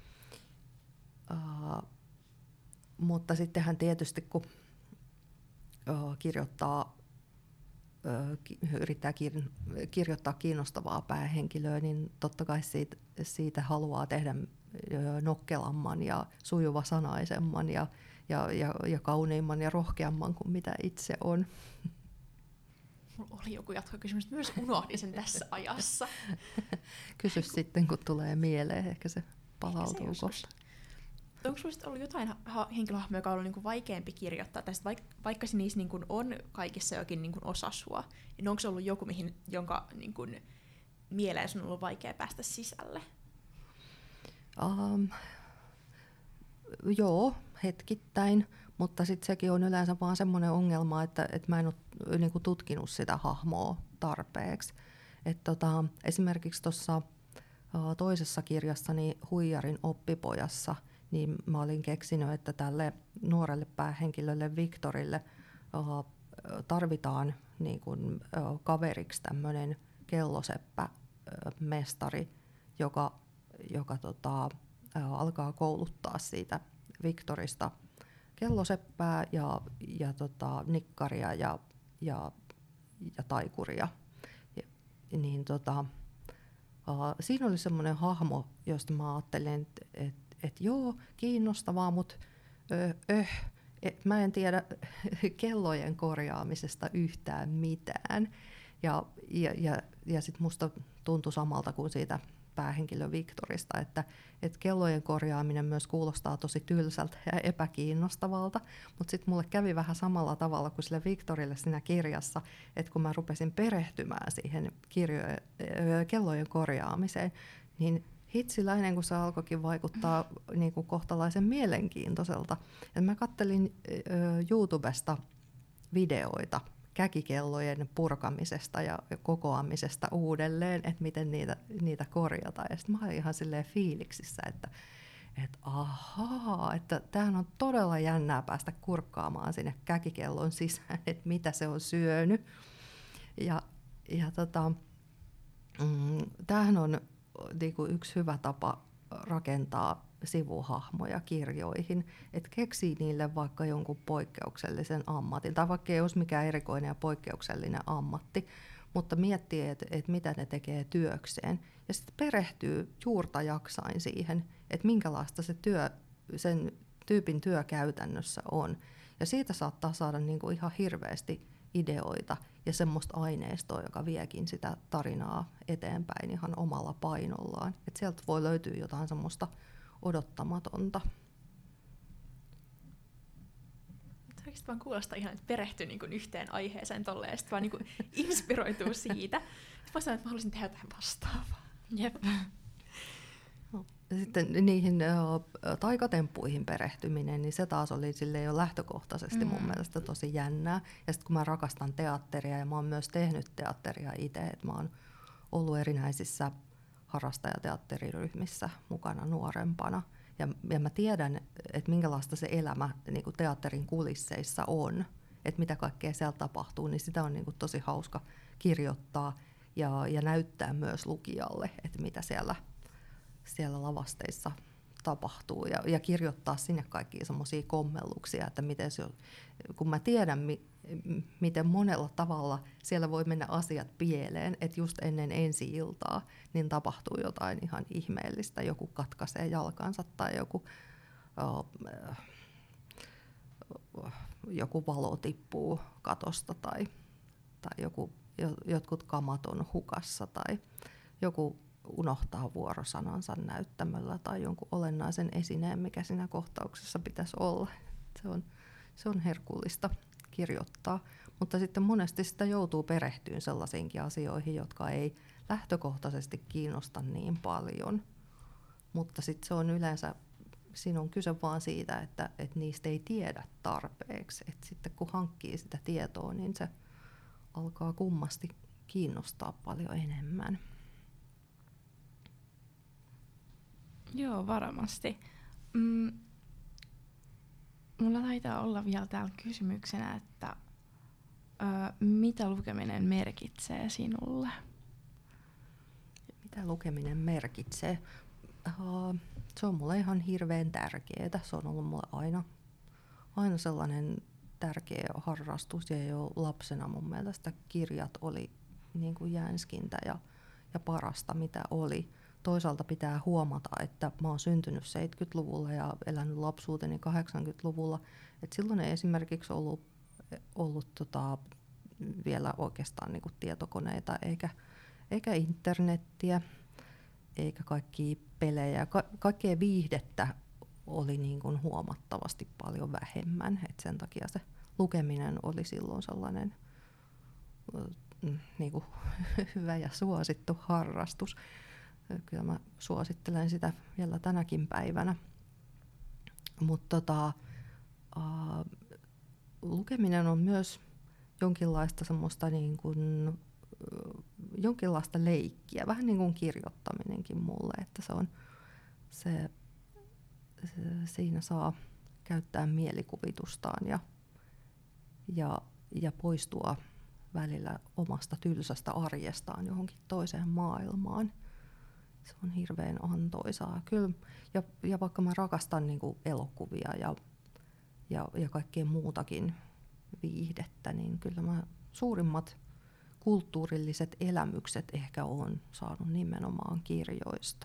Uh, mutta sittenhän tietysti kun uh, kirjoittaa, uh, ki, yrittää kir, kirjoittaa kiinnostavaa päähenkilöä, niin totta kai siitä, siitä haluaa tehdä nokkelamman ja sujuvasanaisemman ja, ja, ja, ja kauniimman ja rohkeamman kuin mitä itse on. Mulla oli joku jatkokysymys, myös unohdin sen tässä ajassa. Kysy sitten, kun tulee mieleen, ehkä se palautuu ehkä se kohta. Onko sinulla ollut jotain henkilöhahmoja, joka on ollut niinku vaikeampi kirjoittaa, tai vaikka, vaikka se niissä niinku on kaikissa jokin niinku osa sua, niin onko se ollut joku, mihin, jonka niinku mieleen sun on ollut vaikea päästä sisälle? Um, joo, hetkittäin, mutta sitten sekin on yleensä vaan semmoinen ongelma, että, että mä en ole niinku tutkinut sitä hahmoa tarpeeksi. Et tota, esimerkiksi tuossa uh, toisessa kirjassani Huijarin oppipojassa, niin mä olin keksinyt, että tälle nuorelle päähenkilölle Viktorille uh, tarvitaan niin kun, uh, kaveriksi tämmöinen kelloseppä uh, mestari, joka joka tota, ä, alkaa kouluttaa siitä Viktorista kelloseppää ja, ja tota, nikkaria ja, ja, ja taikuria. Ja, niin, tota, ä, siinä oli semmoinen hahmo, josta mä ajattelin, että et, et, joo, kiinnostavaa, mutta öh, et, mä en tiedä kellojen korjaamisesta yhtään mitään. Ja, ja, ja, ja sitten musta tuntui samalta kuin siitä päähenkilö Viktorista, että, että kellojen korjaaminen myös kuulostaa tosi tylsältä ja epäkiinnostavalta, mutta sitten mulle kävi vähän samalla tavalla kuin sille Viktorille siinä kirjassa, että kun mä rupesin perehtymään siihen kirjojen, kellojen korjaamiseen, niin hitsiläinen, kun se alkoikin vaikuttaa niin kuin kohtalaisen mielenkiintoiselta. Et mä kattelin YouTubesta videoita käkikellojen purkamisesta ja kokoamisesta uudelleen, että miten niitä, niitä korjataan. Ja sitten mä olin ihan silleen fiiliksissä, että et ahaa, että tämähän on todella jännää päästä kurkkaamaan sinne käkikellon sisään, että mitä se on syönyt. Ja, ja tota, mm, tämähän on niinku yksi hyvä tapa rakentaa sivuhahmoja kirjoihin, että keksii niille vaikka jonkun poikkeuksellisen ammatin, tai vaikka ei olisi mikään erikoinen ja poikkeuksellinen ammatti, mutta miettii, että et mitä ne tekee työkseen, ja sitten perehtyy juurta jaksain siihen, että minkälaista se työ, sen tyypin työ käytännössä on, ja siitä saattaa saada niinku ihan hirveästi ideoita ja semmoista aineistoa, joka viekin sitä tarinaa eteenpäin ihan omalla painollaan, että sieltä voi löytyä jotain semmoista odottamatonta. Oikeasti vaan kuulostaa ihan, että perehtyy niin kuin yhteen aiheeseen tolleen, ja sitten vaan niin kuin inspiroituu siitä. Sitten mä sanoin, että mä haluaisin tehdä jotain vastaavaa. Jep. No. Sitten niihin uh, taikatemppuihin perehtyminen, niin se taas oli silleen jo lähtökohtaisesti mm. mun mielestä tosi jännää. Ja sitten kun mä rakastan teatteria, ja mä oon myös tehnyt teatteria itse, että mä oon ollut erinäisissä harrastajateatteriryhmissä mukana nuorempana. Ja, ja mä tiedän, että minkälaista se elämä niin kuin teatterin kulisseissa on, että mitä kaikkea siellä tapahtuu, niin sitä on niin kuin tosi hauska kirjoittaa ja, ja näyttää myös lukijalle, että mitä siellä siellä lavasteissa tapahtuu ja, ja kirjoittaa sinne kaikkia semmoisia kommelluksia, että miten se, kun mä tiedän, mi, miten monella tavalla siellä voi mennä asiat pieleen, että just ennen ensi-iltaa niin tapahtuu jotain ihan ihmeellistä, joku katkaisee jalkansa tai joku, oh, joku valo tippuu katosta tai, tai joku, jotkut kamat on hukassa tai joku unohtaa vuorosanansa näyttämällä tai jonkun olennaisen esineen, mikä siinä kohtauksessa pitäisi olla. Se on, se on herkullista kirjoittaa, mutta sitten monesti sitä joutuu perehtyyn sellaisiinkin asioihin, jotka ei lähtökohtaisesti kiinnosta niin paljon, mutta sitten se on yleensä, siinä on kyse vaan siitä, että, että niistä ei tiedä tarpeeksi. Et sitten kun hankkii sitä tietoa, niin se alkaa kummasti kiinnostaa paljon enemmän. Joo, varmasti. Mm, mulla taitaa olla vielä täällä kysymyksenä, että ö, mitä lukeminen merkitsee sinulle? Mitä lukeminen merkitsee? Uh, se on mulle ihan hirveän tärkeää. Se on ollut mulle aina, aina sellainen tärkeä harrastus. Ja jo lapsena mun mielestä kirjat oli niin kuin jäänskintä ja, ja parasta, mitä oli. Toisaalta pitää huomata, että mä oon syntynyt seitsemänkymmentäluvulla ja elänyt lapsuuteni kahdeksankymmentäluvulla. Et silloin ei esimerkiksi ollut, ollut tota, vielä oikeastaan niinku tietokoneita eikä, eikä internettiä eikä kaikkia pelejä. Ka- kaikkea viihdettä oli niinku huomattavasti paljon vähemmän. Et sen takia se lukeminen oli silloin sellainen niinku, hyvä ja suosittu harrastus. Kyllä mä suosittelen sitä vielä tänäkin päivänä. Mutta tota, uh, lukeminen on myös jonkinlaista semmoista niin kuin, uh, jonkinlaista leikkiä, vähän niin kuin kirjoittaminenkin mulle, että se on se, se siinä saa käyttää mielikuvitustaan ja, ja, ja poistua välillä omasta tylsästä arjestaan johonkin toiseen maailmaan. Se on hirveän antoisaa. Kyllä, ja, ja vaikka mä rakastan niin kuin elokuvia ja, ja, ja kaikkea muutakin viihdettä, niin kyllä mä suurimmat kulttuurilliset elämykset ehkä on saanut nimenomaan kirjoista.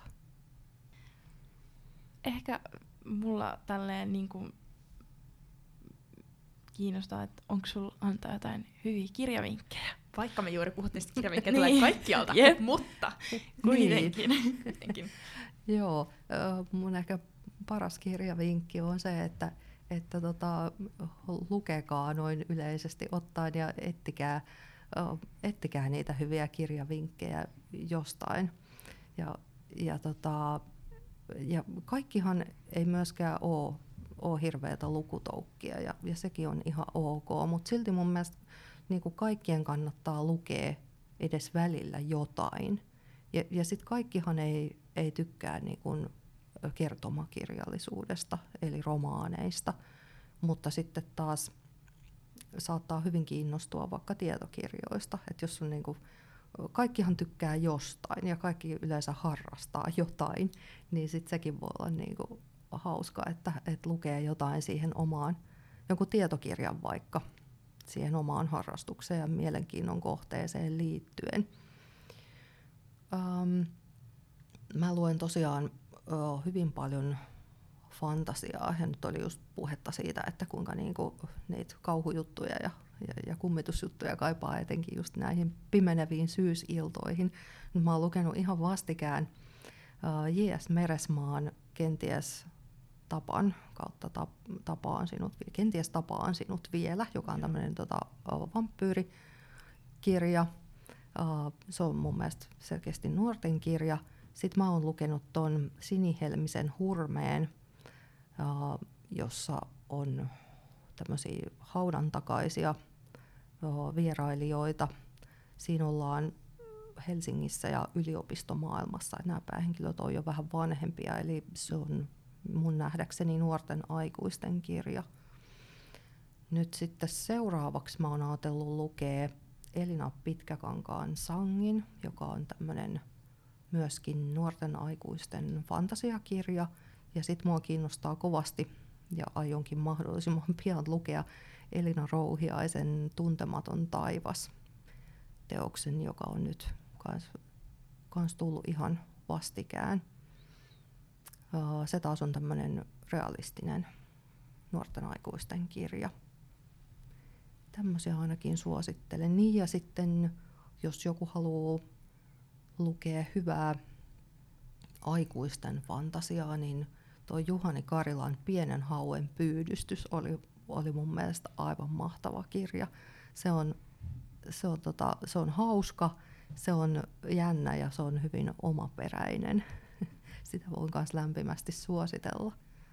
Ehkä mulla tälleen niin kuin kiinnostaa, että onko sulla antaa jotain hyviä kirjavinkkejä? Vaikka me juuri puhuttiin, että kirjavinkkejä Niin. tulee kaikkialta, Jep. mutta kuitenkin. Kuitenkin. Joo, mun ehkä paras kirjavinkki on se, että, että tota, lukekaa noin yleisesti ottaen ja ettikää, ettikää niitä hyviä kirjavinkkejä jostain. Ja, ja, tota, ja kaikkihan ei myöskään ole, ole hirveätä lukutoukkia ja, ja sekin on ihan ok, mutta silti mun mielestä niin kuin kaikkien kannattaa lukea edes välillä jotain. Ja, ja sitten kaikkihan ei, ei tykkää niin kuin kertomakirjallisuudesta, eli romaaneista, mutta sitten taas saattaa hyvin kiinnostua vaikka tietokirjoista. Et jos on niin kuin, kaikkihan tykkää jostain ja kaikki yleensä harrastaa jotain, niin sitten sekin voi olla niin kuin hauska, että, että lukee jotain siihen omaan, jonkun tietokirjan vaikka, siihen omaan harrastukseen ja mielenkiinnon kohteeseen liittyen. Um, mä luen tosiaan uh, hyvin paljon fantasiaa ja nyt oli just puhetta siitä, että kuinka niinku niitä kauhujuttuja ja, ja, ja kummitusjuttuja kaipaa etenkin just näihin pimeneviin syysiltoihin. Nyt mä oon lukenut ihan vastikään uh, J S Meresmaan Kenties tapan kautta tap, tapaan sinut, kenties tapaan sinut vielä, joka on tämmöinen tota, vampyyrikirja. Uh, se on mun mielestä selkeästi nuorten kirja. Sitten mä oon lukenut ton Sinihelmisen Hurmeen, uh, jossa on tämmöisiä haudan takaisia uh, vierailijoita. Siinä ollaan Helsingissä ja yliopistomaailmassa. Nämä päähenkilöt on jo vähän vanhempia, eli se on mun nähdäkseni nuorten aikuisten kirja. Nyt sitten seuraavaksi mä oon ajatellut lukea Elina Pitkäkankaan Sangin, joka on tämmöinen myöskin nuorten aikuisten fantasiakirja. Ja sitten mua kiinnostaa kovasti ja aionkin mahdollisimman pian lukea Elina Rouhiaisen Tuntematon taivas -teoksen, joka on nyt kans, kans tullut ihan vastikään. Se taas on tämmöinen realistinen nuorten aikuisten kirja. Tämmöisiä ainakin suosittelen. Niin, ja sitten jos joku haluaa lukea hyvää aikuisten fantasiaa, niin tuo Juhani Karilan Pienen hauen pyydystys oli, oli mun mielestä aivan mahtava kirja. Se on, se on, tota, se on hauska, se on jännä ja se on hyvin omaperäinen. Sitä voin myös lämpimästi suositella.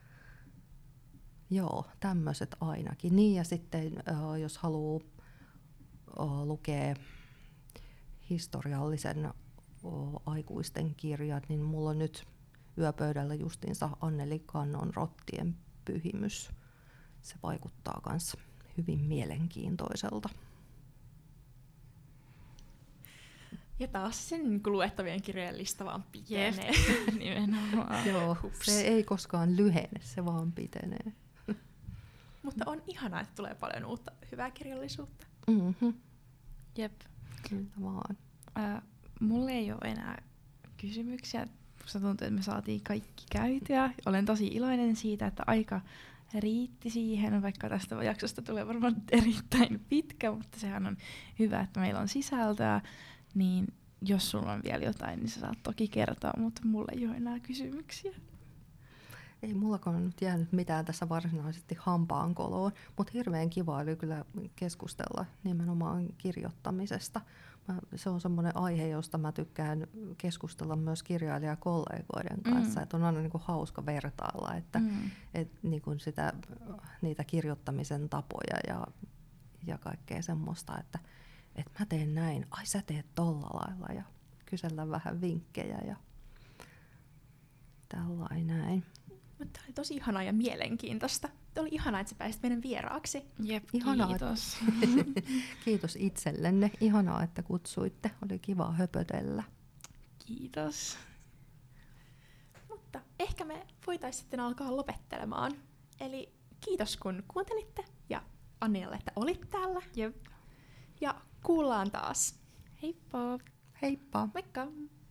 Joo, tämmöiset ainakin. Niin, ja sitten äh, jos haluaa äh, lukea historiallisen äh, aikuisten kirjat, niin mulla on nyt yöpöydällä justiinsa Anneli Kannon Rottien pyhimys. Se vaikuttaa myös hyvin mielenkiintoiselta. Ja taas sen niin luettavien kirjojen lista vaan pitenee. Nimenomaan. Joo, se ei koskaan lyhene, se vaan pitenee. Mutta on ihanaa, että tulee paljon uutta hyvää kirjallisuutta. Mm-hmm. Jep. Kyllä vaan. Äh, mulle ei ole enää kysymyksiä. Musta tuntuu, että me saatiin kaikki käytyä. Olen tosi iloinen siitä, että aika riitti siihen, vaikka tästä jaksosta tulee varmaan erittäin pitkä, mutta sehän on hyvä, että meillä on sisältöä. Niin jos sulla on vielä jotain, niin sä saat toki kertoa, mutta mulla ei ole enää kysymyksiä. Ei mullakaan nyt jäänyt mitään tässä varsinaisesti hampaankoloon, mutta hirveän kiva oli kyllä keskustella nimenomaan kirjoittamisesta. Mä, se on semmoinen aihe, josta mä tykkään keskustella myös kirjailijakollegoiden kanssa. Mm. Et on aina niinku hauska vertailla, että Mm. et niinku sitä, niitä kirjoittamisen tapoja ja, ja kaikkea semmoista, että et mä teen näin, ai sä teet tolla lailla ja kysellä vähän vinkkejä ja tällainen näin. Mutta oli tosi ihanaa ja mielenkiintoista. Oli ihanaa, että sä pääsit meidän vieraaksi. Jep, Ihanaa, kiitos. Kiitos itsellenne. Ihanaa, että kutsuitte. Oli kiva höpötellä. Kiitos. Mutta ehkä me voitaisiin sitten alkaa lopettelemaan. Eli kiitos kun kuuntelitte ja Annialle, että olit täällä. Jep. Ja kuullaan taas. Heippa. Heippa! Moikka!